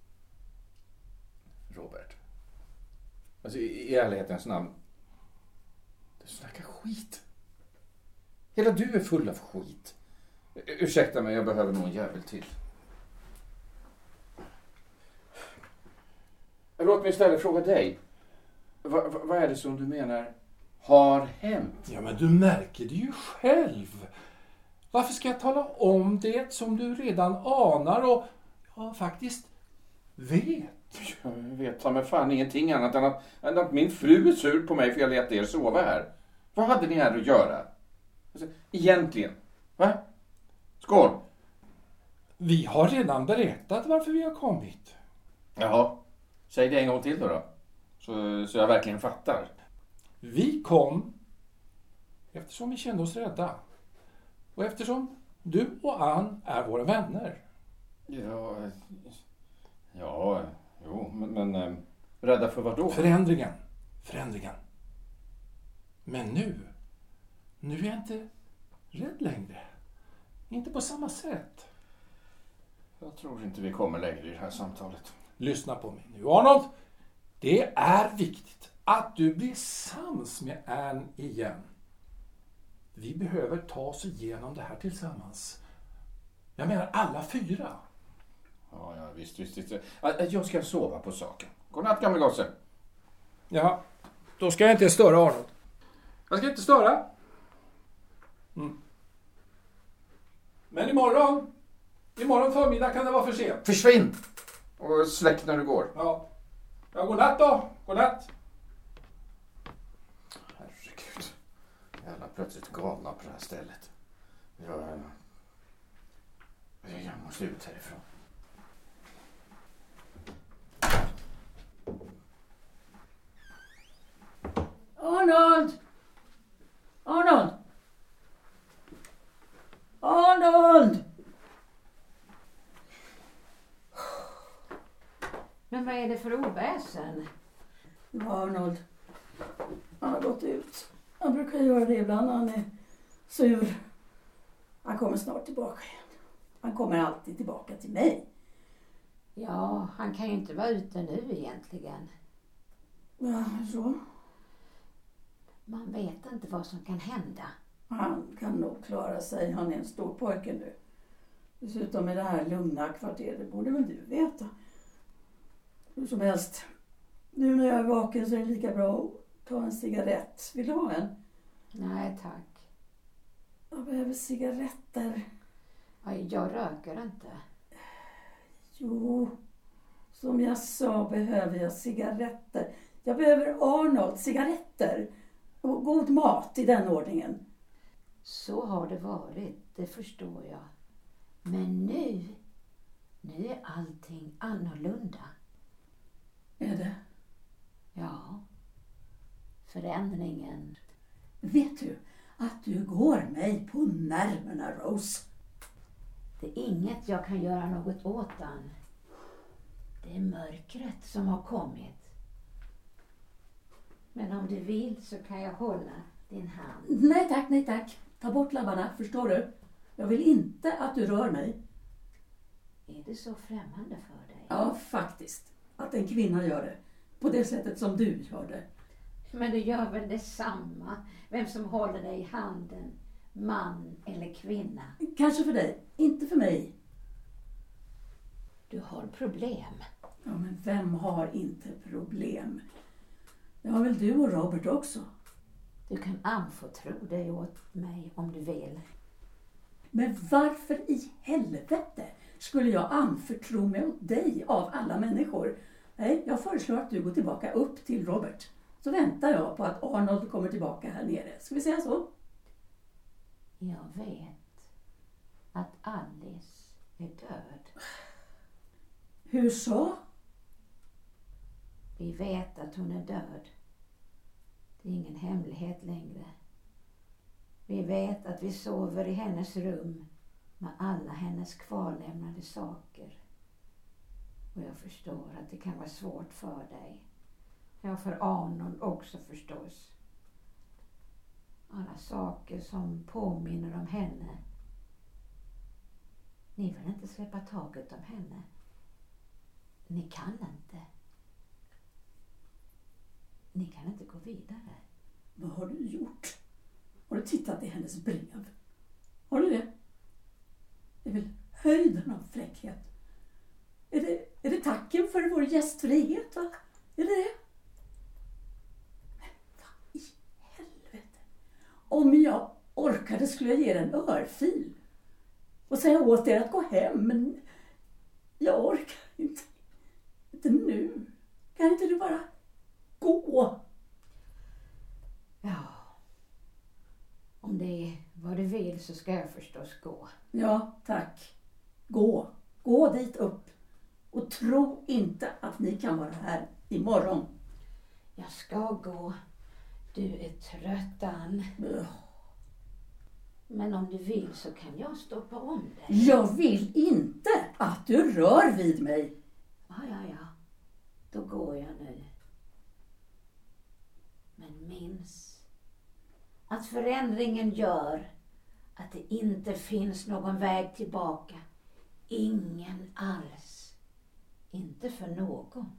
Robert. Alltså i ärlighetens namn. Du snackar skit. Hela du är full av skit. Ursäkta mig, jag behöver nog en jävel till. Låt mig istället fråga dig. Vad är det som du menar har hänt? Ja, men du märker det ju själv. Varför ska jag tala om det som du redan anar och faktiskt vet? Jag vet ta mig fan ingenting annat än att min fru är sur på mig för jag lät er sova här. Vad hade ni här att göra? Alltså, egentligen. Va? Skål! Vi har redan berättat varför vi har kommit. Jaha. Säg det en gång till då. Så jag verkligen fattar. Vi kom eftersom vi kände oss rädda. Och eftersom du och Ann är våra vänner. Ja, men rädda för vad då? Förändringen. Men nu är jag inte rädd längre. Inte på samma sätt. Jag tror inte vi kommer längre i det här samtalet. Lyssna på mig nu, Arnold. Det är viktigt att du blir sams med Ann igen. Vi behöver ta oss igenom det här tillsammans. Jag menar alla 4. Ja, visst. Jag ska sova på saken. Godnatt, gamle gosse. Ja, då ska jag inte störa Arnold. Jag ska inte störa. Men imorgon förmiddag kan det vara för sent. Försvinn! Och släck när du går. Ja, godnatt då. Godnatt. Herregud. Jävla plötsligt galna på det här stället. Jag måste ut härifrån. Arnold! Men vad är det för oväsen? Arnold. Han har gått ut. Han brukar göra det ibland när han är sur. Han kommer snart tillbaka igen. Han kommer alltid tillbaka till mig. Ja, han kan ju inte vara ute nu egentligen. Ja, så. Man vet inte vad som kan hända. Han kan nog klara sig. Han är en stor pojke nu. Dessutom är det här lugna kvarteret. Det borde väl du veta. Hur som helst. Nu när jag är vaken så är det lika bra att ta en cigarett. Vill du ha en? Nej, tack. Jag behöver cigaretter. Ja, jag röker inte. Jo, som jag sa behöver jag cigaretter. Jag behöver Arnold, cigaretter. Och god mat i den ordningen. Så har det varit, det förstår jag. Men nu är allting annorlunda. Är det? Ja, förändringen. Vet du att du går mig på nerverna, Rose? Det är inget jag kan göra något åt, Ann. Det är mörkret som har kommit. Men om du vill så kan jag hålla din hand. Nej tack. Ta bort labbarna, förstår du? Jag vill inte att du rör mig. Är det så främmande för dig? Ja, faktiskt. Att en kvinna gör det. På det sättet som du gör det. Men det gör väl detsamma. Vem som håller dig i handen. Man eller kvinna. Kanske för dig, inte för mig. Du har problem. Ja, men vem har inte problem? Det har väl du och Robert också. Du kan anförtro dig åt mig om du vill. Men varför i helvete skulle jag anförtro mig åt dig av alla människor? Nej, jag föreslår att du går tillbaka upp till Robert. Så väntar jag på att Arnold kommer tillbaka här nere. Ska vi säga så? Jag vet att Alice är död. Hur så? Vi vet att hon är död. Det är ingen hemlighet längre. Vi vet att vi sover i hennes rum med alla hennes kvarlämnade saker. Och jag förstår att det kan vara svårt för dig. Ja, för Arnold också förstås. Alla saker som påminner om henne. Ni vill inte släppa taget om henne. Ni kan inte. Ni kan inte gå vidare. Vad har du gjort? Har du tittat i hennes brev? Har du det? Det är väl höjden av fräckhet. Är det tacken för vår gästfrihet, va? Är det det? Men vad i helvete? Om jag orkade skulle jag ge er en örfil. Och säga åt er att gå hem, men jag orkar inte. Inte nu. Kan inte du bara gå? Ja. Om det är vad du vill så ska jag förstås gå. Ja, tack. Gå. Gå dit upp. Och tro inte att ni kan vara här imorgon. Jag ska gå. Du är trött, Ann. Men om du vill så kan jag stoppa om dig. Jag vill inte att du rör vid mig. Ja. Då går jag nu. Men minns att förändringen gör att det inte finns någon väg tillbaka. Ingen alls. Inte för någon.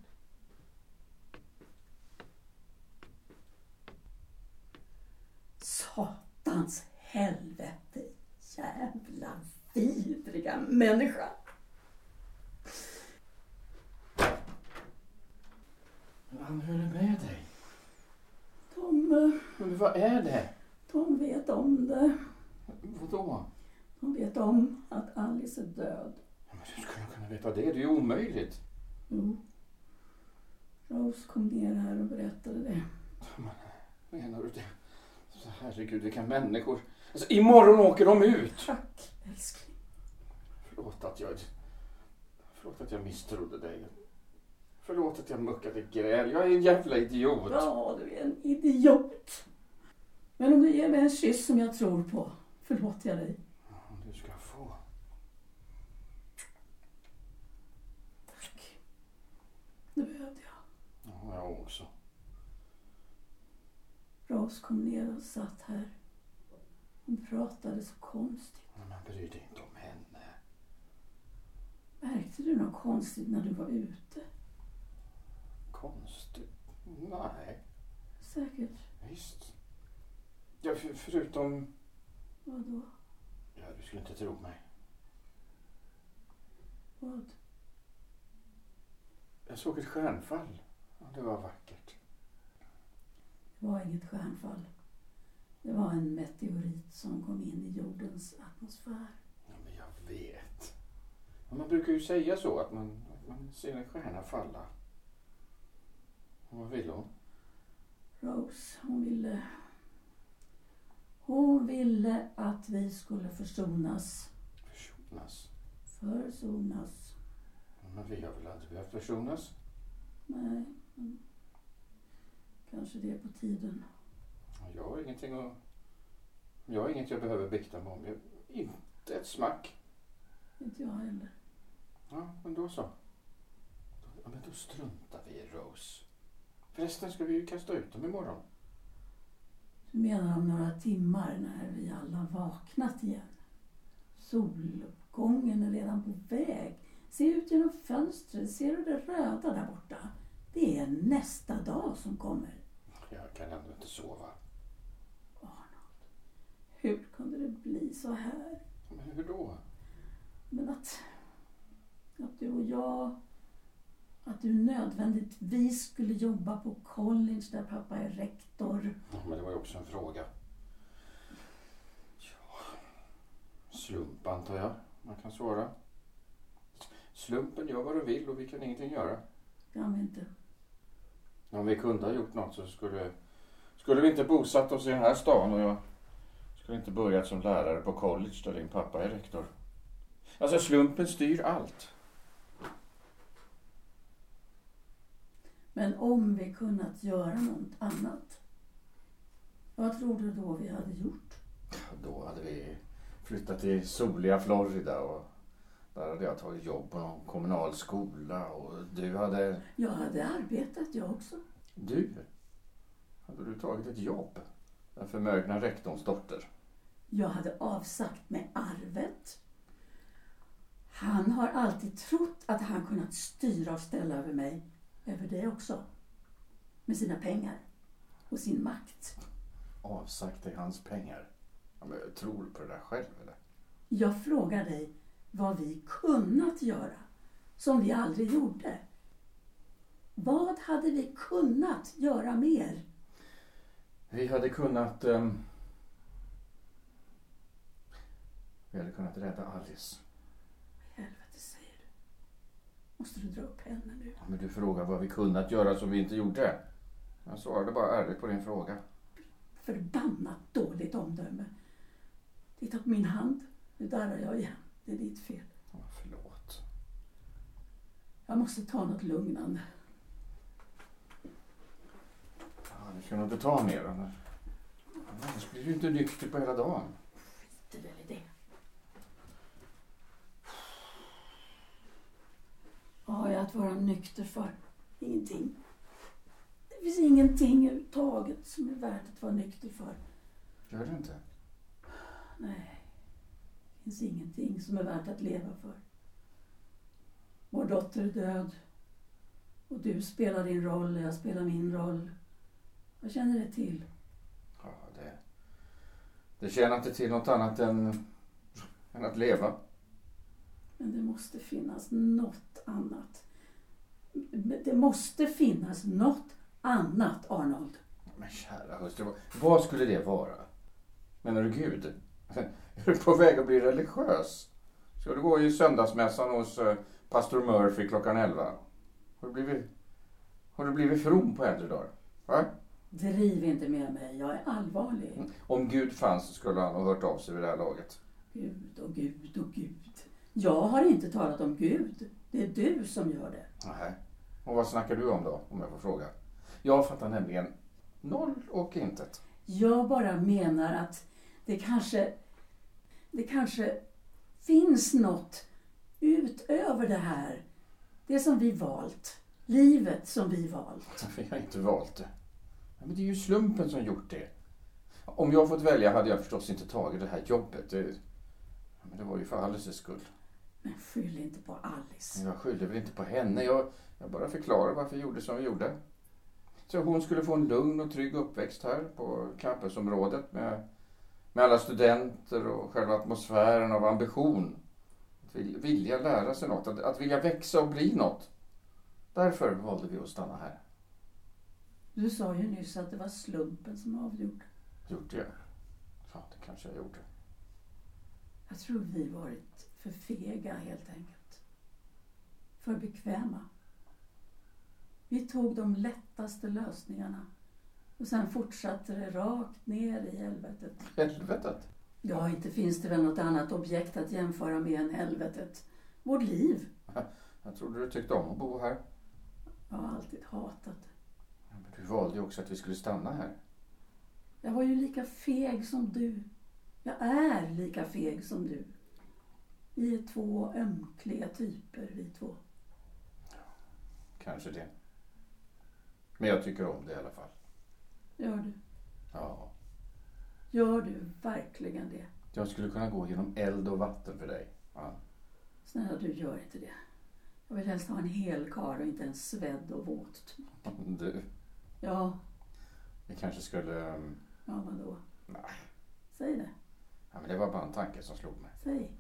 Satans helvete. Jävla vidriga människa. Ann, hur är det med dig? De Vad är det? vet om det. Vadå? De vet om att Alice är död. Men hur skulle jag kunna veta det? Det är ju omöjligt. Jo. Rose kom ner här och berättade det. Menar du det? Så herregud, vilka människor. Alltså, imorgon åker de ut. Tack, älskling. Förlåt att jag misstrodde dig. Förlåt att jag muckade gräl. Jag är en jävla idiot. Ja, du är en idiot. Men om du ger mig en kyss som jag tror på, förlåter jag dig. Du ska få. Tack. Det behövde jag. Ja, jag också. Rose kom ner och satt här. Hon pratade så konstigt. Men man bryr dig inte om henne. Märkte du något konstigt när du var ute? Konstigt? Nej. Säkert. Visst. Ja, förutom... Vadå? Ja, du skulle inte tro mig. Vad? Jag såg ett stjärnfall. Ja, det var vackert. Det var inget stjärnfall. Det var en meteorit som kom in i jordens atmosfär. Ja, men jag vet. Men man brukar ju säga så, att man ser en stjärna falla. Och vad vill hon? Rose, hon ville att vi skulle försonas. Försonas. Men vi har väl aldrig behövt försonas? Nej, men kanske det är på tiden. Jag har inget jag behöver bikta mig om. Inte ett smack. Inte jag heller. Ja, men då så. Men då struntar vi i Rose. Förresten ska vi ju kasta ut dem imorgon. Du menar om några timmar när vi alla vaknat igen? Soluppgången är redan på väg. Se ut genom fönstret. Ser du det röda där borta? Det är nästa dag som kommer. Jag kan ändå inte sova. Arnold, hur kunde det bli så här? Men hur då? Men att du och jag, att du nödvändigtvis skulle jobba på college där pappa är rektor. Ja, men det var ju också en fråga. Ja, slump antar jag man kan svara. Slumpen gör vad du vill och vi kan ingenting göra. Kan vi inte? Om vi kunde ha gjort något så skulle vi inte bosatt oss i den här stan och jag skulle inte börjat som lärare på college där din pappa är rektor. Alltså slumpen styr allt. Men om vi kunnat göra något annat, Vad tror du då vi hade gjort? Då hade vi flyttat till soliga Florida och där hade jag tagit jobb på någon kommunal skola och du hade... Jag hade arbetat, jag också. Du? Hade du tagit ett jobb? Den förmögna rektorns dotter. Jag hade avsagt mig arvet. Han har alltid trott att han kunnat styra och ställa över mig. Över det också. Med sina pengar. Och sin makt. Avsagt dig hans pengar? Ja, men tror du på det där själv eller? Jag frågar dig vad vi kunnat göra. Som vi aldrig gjorde. Vad hade vi kunnat göra mer? Vi hade kunnat... Vi hade kunnat rädda Alice. Vad i helvete säger du? Måste du dra upp henne nu? Ja, men du frågar vad vi kunnat göra som vi inte gjorde. Jag svarade bara ärligt på din fråga. Förbannat dåligt omdöme. Titta på min hand. Nu darrar jag igen. Det är ditt fel. Ja, förlåt. Jag måste ta något lugnande. Ja, du ska nog inte ta mer. Annars blir du inte nykter på hela dagen. Skit väl i det. Vad har jag att vara nykter för? Ingenting. Det finns ingenting överhuvudtaget som är värt att vara nykter för. Gör det inte? Nej. Det finns ingenting som är värt att leva för. Vår dotter är död. Och du spelar din roll och jag spelar min roll. Vad känner det till? Ja, det känner inte till något annat än att leva. Men det måste finnas något annat. Det måste finnas något annat, Arnold. Men kära hustru, vad skulle det vara? Menar du Gud? Är du på väg att bli religiös? Ska du gå i söndagsmässan hos pastor Murphy klockan 11? Har du blivit from på äldre dagar? Va? Driv inte med mig, jag är allvarlig. Om Gud fanns så skulle han ha hört av sig vid det här laget. Gud och Gud och Gud. Jag har inte talat om Gud. Det är du som gör det. Nej. Och vad snackar du om då, om jag får fråga? Jag fattar nämligen noll och intet. Jag bara menar att det kanske finns något utöver det här. Det som vi valt. Livet som vi valt. Vi har inte valt det. Men det är ju slumpen som gjort det. Om jag fått välja hade jag förstås inte tagit det här jobbet. Men det var ju för Alices skull. Men skyll inte på Alice. Jag skyllde väl inte på henne. Jag bara förklarar varför vi gjorde som vi gjorde. Så hon skulle få en lugn och trygg uppväxt här på campusområdet med alla studenter och själva atmosfären av ambition. Att vilja lära sig något, att vilja växa och bli något. Därför valde vi att stanna här. Du sa ju nyss att det var slumpen som avgjorde. Gjorde jag? Ja, det kanske jag gjorde. Jag tror vi varit för fega helt enkelt. För bekväma. Vi tog de lättaste lösningarna. Och sen fortsatte det rakt ner i helvetet. Helvetet? Ja, inte finns det väl något annat objekt att jämföra med än helvetet. Vårt liv. Jag trodde du tyckte om att bo här. Jag har alltid hatat det. Men du valde ju också att vi skulle stanna här. Jag var ju lika feg som du. Jag är lika feg som du. Vi är två ömkliga typer, vi två. Kanske det. Men jag tycker om det i alla fall. Gör du? Ja. Gör du verkligen det? Jag skulle kunna gå genom eld och vatten för dig. Ja. Snälla, du gör inte det. Jag vill helst ha en hel karl och inte en svedd och våt typ. Du, Ja, vi kanske skulle... ja vadå? Nej. Säg det. Ja, men det var bara en tanke som slog mig. Säg.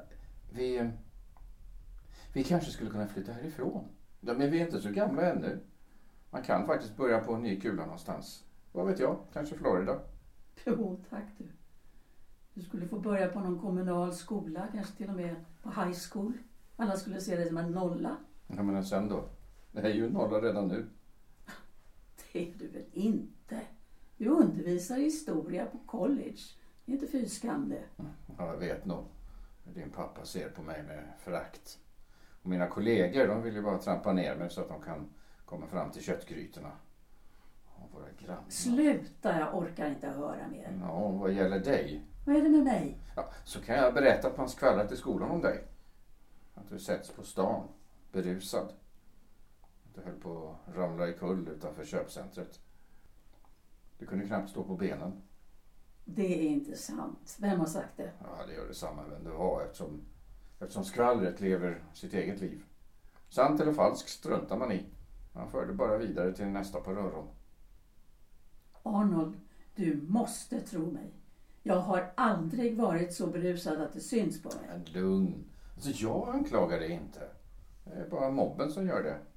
Vi kanske skulle kunna flytta härifrån. Ja, men vi är inte så gamla ännu. Man kan faktiskt börja på en ny kula någonstans. Vad vet jag? Kanske Florida. Jo, tack du. Du skulle få börja på någon kommunal skola, kanske till och med på high school. Alla skulle se dig som en nolla. Ja, men sen då? Det är ju en nolla redan nu. Det är du väl inte? Du undervisar i historia på college. Det är inte fy skam det. Ja, jag vet nog. Din pappa ser på mig med förakt. Och mina kollegor, de vill ju bara trampa ner mig så att de kan komma fram till köttgrytorna. Och våra grannar. Sluta, jag orkar inte höra mer. Ja, vad gäller dig? Vad är det med mig? Ja, så kan jag berätta att man skvallrar till skolan om dig. Att du sätts på stan, berusad. Att du höll på att ramla i kull utanför köpcentret. Du kunde knappt stå på benen. Det är inte sant. Vem har sagt det? Ja, det gör detsamma vem du var eftersom skvallret lever sitt eget liv. Sant eller falskt struntar man i. Man för det bara vidare till nästa på röron. Arnold, du måste tro mig. Jag har aldrig varit så berusad att det syns på mig. Men lugn. Alltså jag anklagar dig inte. Det är bara mobben som gör det.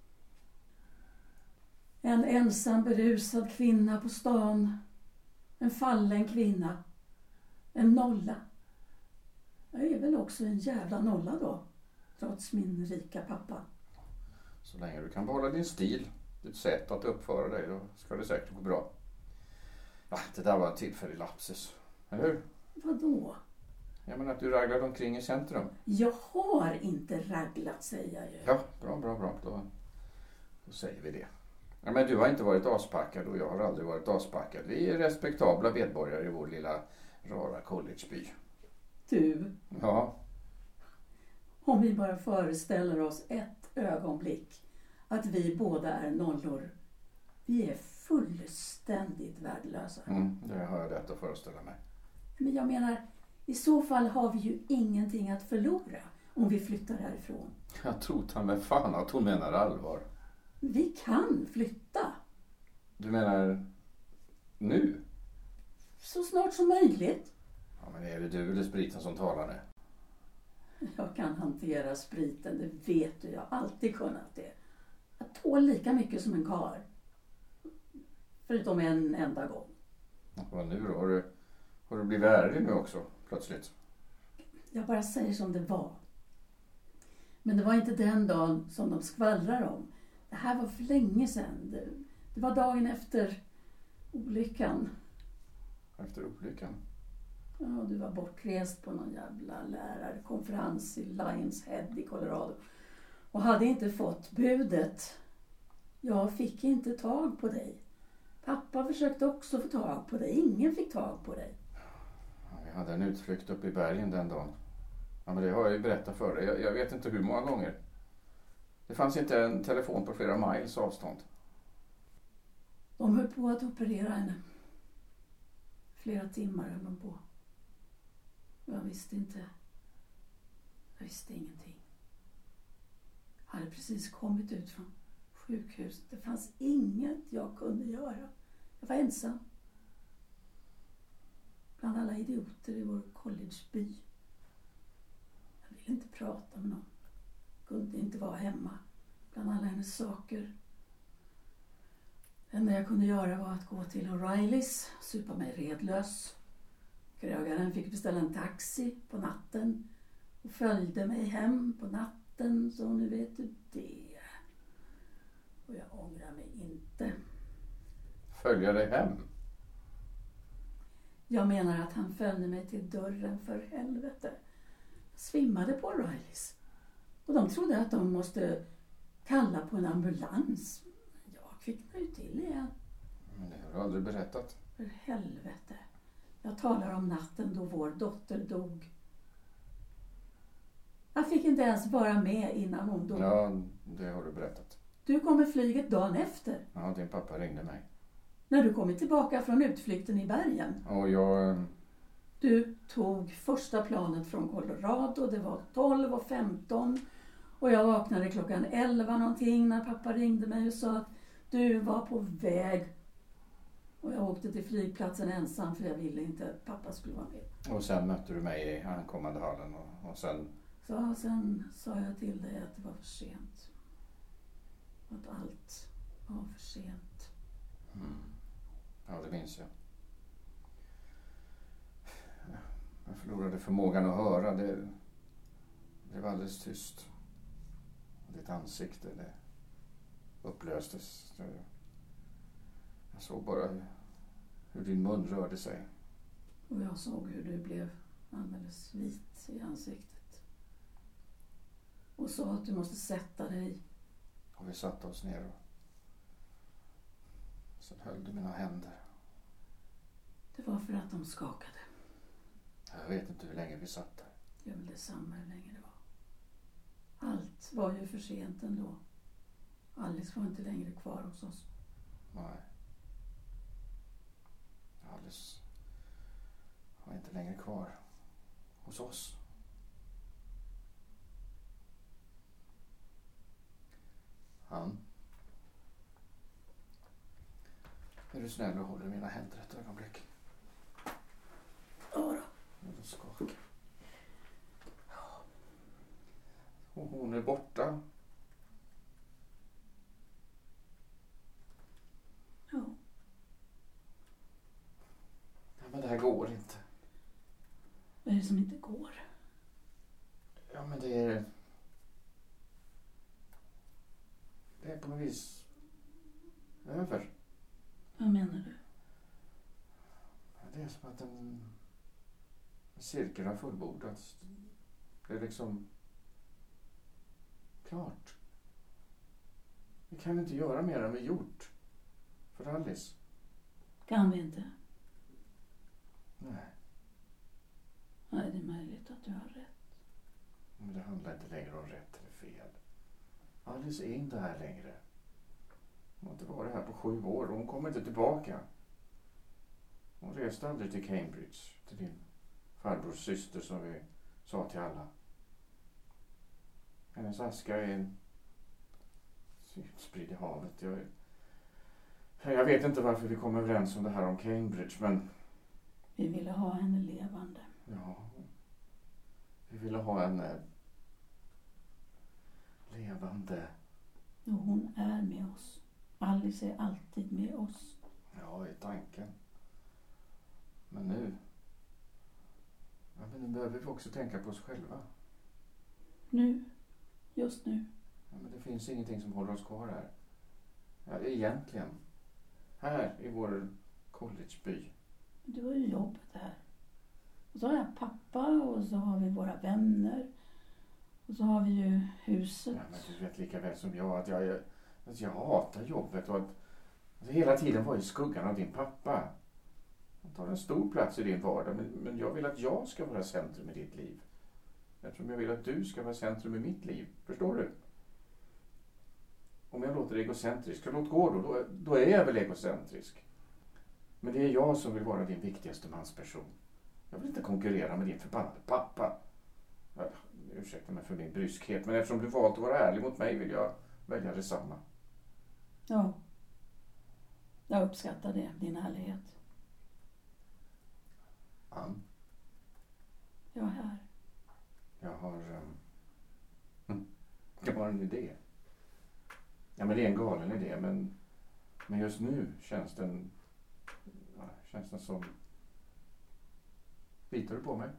En ensam berusad kvinna på stan. En fallen kvinna. En nolla. Jag är väl också en jävla nolla då. Trots min rika pappa. Så länge du kan behålla din stil, ditt sätt att uppföra dig, då ska det säkert gå bra. Ja, det där var en tillfällig lapsus. Eller hur? Vadå? Jag menar att du raglade omkring i centrum. Jag har inte raglat, säger jag ju. Ja, bra. Då säger vi det. Ja, men du har inte varit aspackad och jag har aldrig varit aspackad. Vi är respektabla medborgare i vår lilla rara collegeby. Du, Ja, om vi bara föreställer oss ett ögonblick att vi båda är nollor. Vi är fullständigt värdelösa. det har jag rätt att föreställa mig. Men jag menar, i så fall har vi ju ingenting att förlora om vi flyttar härifrån. Jag tror ta mig fan att hon menar allvar. Vi kan flytta. Du menar nu? Så snart som möjligt. Ja, men är det du eller spriten som talar nu? Jag kan hantera spriten, det vet du. Jag har alltid kunnat det. Jag tål lika mycket som en karl. Förutom en enda gång. Vad nu då? Har du blivit ärlig nu också, plötsligt? Jag bara säger som det var. Men det var inte den dagen som de skvallrar om. Det här var för länge sedan. Det var dagen efter olyckan. Efter olyckan? Ja, du var bortrest på någon jävla lärarkonferens i Lions Head i Colorado. Och hade inte fått budet. Jag fick inte tag på dig. Pappa försökte också få tag på dig. Ingen fick tag på dig. Ja, vi hade en utflykt upp i bergen den dagen. Ja, men det har jag ju berättat för dig. Jag vet inte hur många gånger. Det fanns inte en telefon på flera miles avstånd. De höll på att operera henne. Flera timmar höll de på. Jag visste inte. Jag visste ingenting. Jag hade precis kommit ut från sjukhuset. Det fanns inget jag kunde göra. Jag var ensam. Bland alla idioter i vår collegeby. Jag ville inte prata med någon. Kunde inte vara hemma bland alla hennes saker. Det enda jag kunde göra var att gå till O'Reillys, supa mig redlös. Krögaren fick beställa en taxi på natten och följde mig hem på natten, så nu vet du det. Och jag ångrar mig inte. Följa dig hem? Jag menar att han följde mig till dörren, för helvete. Jag svimmade på O'Reillys. Och de trodde att de måste kalla på en ambulans. Jag kvicknade ju till igen. Men det har du aldrig berättat. För helvete. Jag talar om natten då vår dotter dog. Jag fick inte ens vara med innan hon dog. Ja, det har du berättat. Du kom med flyget dagen efter. Ja, din pappa ringde mig. När du kommit tillbaka från utflykten i bergen. Och jag... Du tog första planet från Colorado. Det var 12:15. Och jag vaknade klockan 11 någonting när pappa ringde mig och sa att du var på väg. Och jag åkte till flygplatsen ensam för jag ville inte att pappa skulle vara med. Och sen mötte du mig i ankommande hallen och sen... Så sen sa jag till dig att det var för sent. Att allt var för sent. Ja, det minns jag. Jag förlorade förmågan att höra. Det var alldeles tyst. Ditt ansikte, det upplöstes. Jag såg bara hur din mun rörde sig. Och jag såg hur du blev alldeles vit i ansiktet. Och sa att du måste sätta dig. Och vi satte oss ner och Sen höll du mina händer. Det var för att de skakade. Jag vet inte hur länge vi satt där. Det är väl detsamma hur länge det var. Allt var ju för sent ändå. Alice var inte längre kvar hos oss. Nej. Alice var inte längre kvar hos oss. Han. Är du snäll och håller mina händer ett ögonblick? Ja då. Och då skakar. Och hon är borta. Ja. Ja, men det här går inte. Vad är det som inte går? Ja, men det är på något vis över. Vad menar du? Det är som att en cirkel har fullbordats. Det är liksom klart. Vi kan inte göra mer än vi gjort. För Alice. Kan vi inte? Nej, Nej, det är möjligt att du har rätt. men det handlar inte längre om rätt eller fel. Alice är inte här längre. Hon har inte varit här på 7 år och hon kommer inte tillbaka. Hon reste aldrig till Cambridge, till din farbrors syster som vi sa till alla. Hennes aska är utspridd i havet. Jag vet inte varför vi kom överens om det här om Cambridge, men... Vi ville ha henne levande. Ja, vi ville ha henne levande. Och hon är med oss. Alice är alltid med oss. Ja, i tanken. Men nu... Ja, men nu behöver vi också tänka på oss själva. Nu. Just nu. Ja, men det finns ingenting som håller oss kvar här. Ja, egentligen. Här i vår collegeby. Du har ju jobbet här. Och så har jag pappa och så har vi våra vänner. Och så har vi ju huset. Ja, men du vet lika väl som jag att jag hatar jobbet och att hela tiden vara i skuggan av din pappa. Han tar en stor plats i din vardag, men jag vill att jag ska vara centrum i ditt liv. Eftersom jag vill att du ska vara centrum i mitt liv. Förstår du? Om jag låter egocentrisk, så låt gå då är jag väl egocentrisk. Men det är jag som vill vara din viktigaste mansperson. Jag vill inte konkurrera med din förbannade pappa. Ursäkta mig för min bryskhet, men eftersom du valt att vara ärlig mot mig vill jag välja detsamma. Ja. Jag uppskattar det, din ärlighet. Ann, Jag är här. jag har en idé. Ja, men det är en galen idé, men just nu känns den som... Litar du på mig?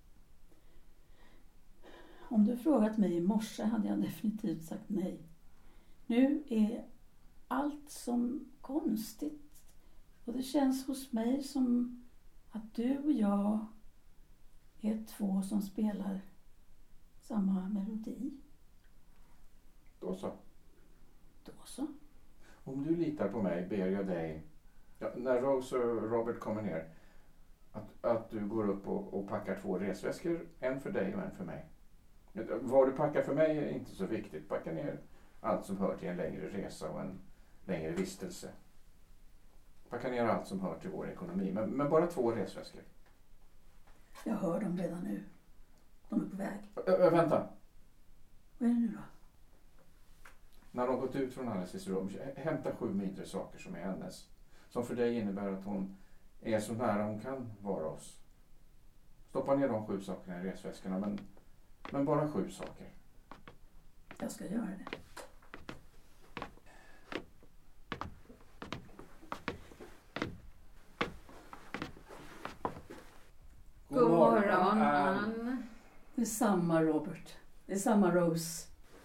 Om du frågat mig i morse hade jag definitivt sagt nej. Nu är allt som konstigt. Och det känns hos mig som att du och jag är 2 som spelar samma melodi. Då så. Då så. Om du litar på mig ber jag dig, när Rose och Robert kommer ner, att du går upp och packar 2 resväskor. En för dig och en för mig. Vad du packar för mig är inte så viktigt. Packa ner allt som hör till en längre resa och en längre vistelse. Packa ner allt som hör till vår ekonomi. Men bara 2 resväskor. Jag hör dem redan nu. De är på väg. Vänta. Vad är det nu då? När de gått ut från Alices rum, hämta 7 mindre saker som är hennes. Som för dig innebär att hon är så nära hon kan vara oss. Stoppa ner de 7 sakerna i resväskorna, men bara 7 saker. Jag ska göra det. God morgon, Ann. Det är samma Robert. Det är samma Rose.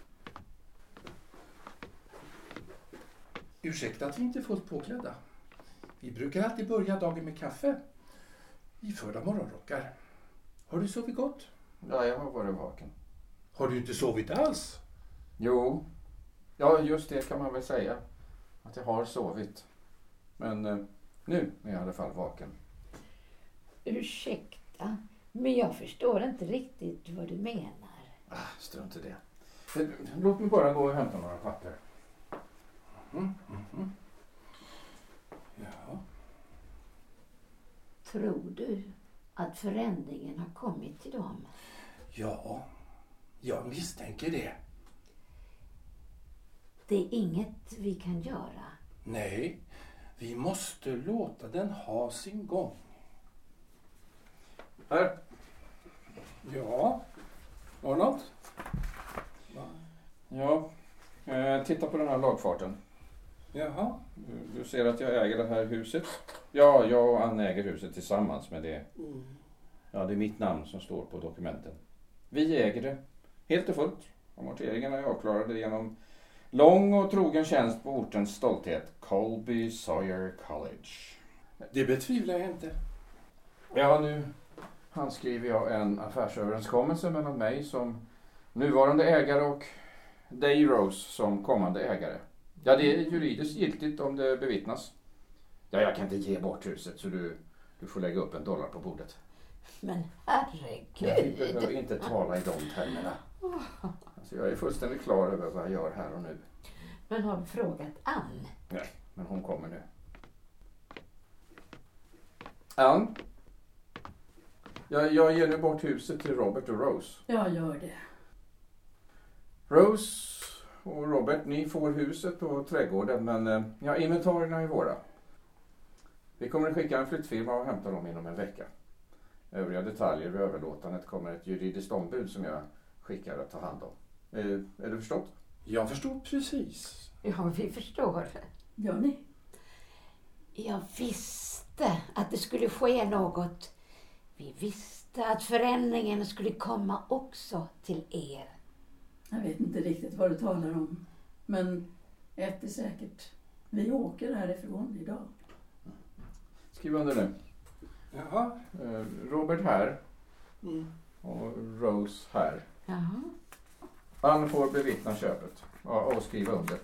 Ursäkta att vi inte är fullt påklädda. Vi brukar alltid börja dagen med kaffe. Iförda morgonrockar. Har du sovit gott? Ja, jag har varit vaken. Har du inte sovit alls? Jo. Ja, just det kan man väl säga. Att jag har sovit. Men nu är jag i alla fall vaken. Ursäkta, men jag förstår inte riktigt vad du menar. Strunt i det. Låt mig bara gå och hämta några papper. Ja. Tror du att förändringen har kommit till dem? Ja, jag misstänker det. Det är inget vi kan göra. Nej, vi måste låta den ha sin gång. Här. Ja, Arnold? Ja, titta på den här lagfarten. Jaha. Du ser att jag äger det här huset. Ja, jag och Ann äger huset tillsammans med det. Ja, det är mitt namn som står på dokumenten. Vi äger det helt och fullt. Amorteringarna är avklarade genom lång och trogen tjänst på ortens stolthet, Colby Sawyer College. Det betvivlar jag inte. Ja, nu handskriver jag en affärsöverenskommelse mellan mig som nuvarande ägare och Day Rose som kommande ägare. Ja, det är juridiskt giltigt om det bevittnas. Ja, jag kan inte ge bort huset så du får lägga upp $1 på bordet. Men herregud. Jag behöver inte tala i de termerna. Alltså, jag är fullständigt klar över vad jag gör här och nu. Men har du frågat Ann? Nej, men hon kommer nu. Ann? Jag ger nu bort huset till Robert och Rose. Jag gör det. Rose och Robert, ni får huset och trädgården, men ja, inventarierna är våra. Vi kommer att skicka en flyttfirma och hämta dem inom en vecka. Övriga detaljer vid överlåtandet kommer ett juridiskt ombud som jag skickar att ta hand om. Är du förstått? Jag förstår precis. Ja, vi förstår. Gör ni? Jag visste att det skulle ske något. Vi visste att förändringen skulle komma också till er. Jag vet inte riktigt vad du talar om. Men ett är säkert. Vi åker härifrån idag. Skriv under nu. Jaha. Robert här. Och Rose här. Jaha. Ann får bevittna köpet. Ja, och skriva under.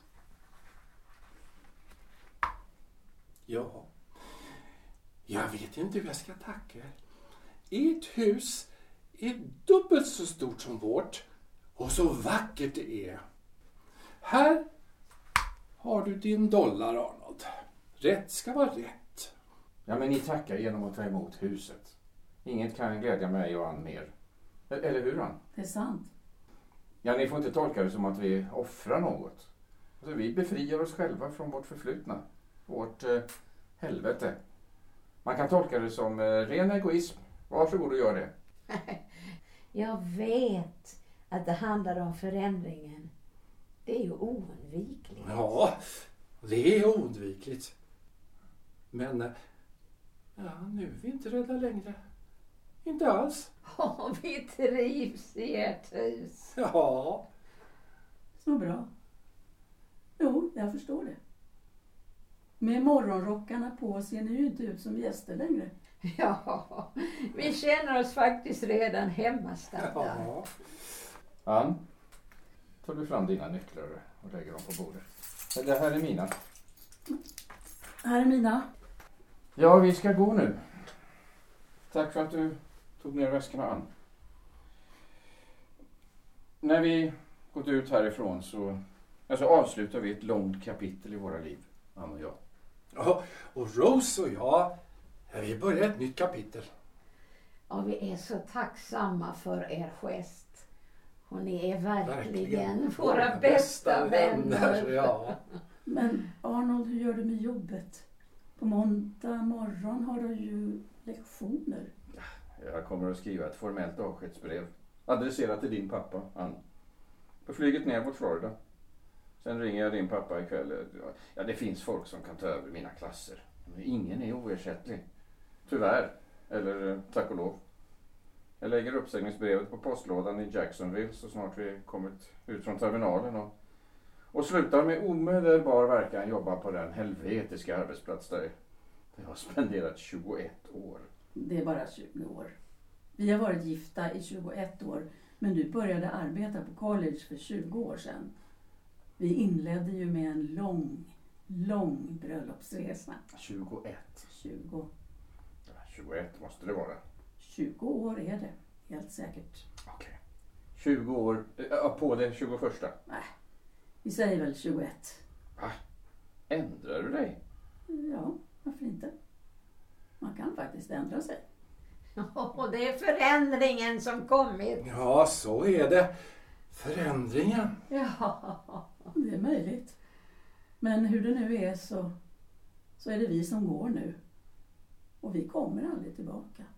Ja. Jag vet inte hur jag ska tacka. Ert hus är dubbelt så stort som vårt. Och så vackert det är. Här har du din $1, Arnold. Rätt ska vara rätt. Ja, men ni tackar genom att ta emot huset. Inget kan glädja mig och Ann mer. Eller hur, Ann? Det är sant. Ja, ni får inte tolka det som att vi offrar något. Alltså, vi befriar oss själva från vårt förflutna. Vårt helvete. Man kan tolka det som ren egoism. Varsågod och gör det. Jag vet att det handlar om förändringen. Det är ju oundvikligt. Ja, det är oundvikligt. Men ja, nu är vi inte rädda längre. Inte alls. Vi trivs i ert hus. Ja. Så bra. Jo, jag förstår det. Med morgonrockarna på ser ni ju inte ut som gäster längre. Ja, vi känner oss faktiskt redan hemmastadda. Ja. Ann, tar du fram dina nycklar och lägger dem på bordet. Det här är mina. Här är mina. Ja, vi ska gå nu. Tack för att du tog ner väskorna, Ann. När vi gått ut härifrån så avslutar vi ett långt kapitel i våra liv, Ann och jag. Ja, och Rose och jag, vi börjar ett nytt kapitel. Ja, vi är så tacksamma för er gest. Och ni är verkligen våra bästa vänner. Ja. Men Arnold, hur gör du med jobbet? På måndag morgon har du ju lektioner. Jag kommer att skriva ett formellt avskedsbrev. Adresserat till din pappa, Ann. På flyget ner mot Florida. Sen ringer jag din pappa ikväll. Ja, det finns folk som kan ta över mina klasser. Men ingen är oersättlig. Tyvärr. Eller tack och lov. Jag lägger uppsägningsbrevet på postlådan i Jacksonville så snart vi kommit ut från terminalen. Och slutar med omedelbar verkan jobba på den helvetiska arbetsplats där jag har spenderat 21 år. Det är bara 20 år. Vi har varit gifta i 21 år. Men du började arbeta på college för 20 år sedan. Vi inledde ju med en lång lång bröllopsresa. 21. 20 måste det vara. 20 år är det, helt säkert. Okej. 20 år, på det 21. Nej, vi säger väl 21. Va? Ändrar du dig? Ja, varför inte? Man kan faktiskt ändra sig. Och det är förändringen som kommit. Ja, så är det. Förändringen. Ja. Det är möjligt. Men hur det nu är så är det vi som går nu. Och vi kommer aldrig tillbaka.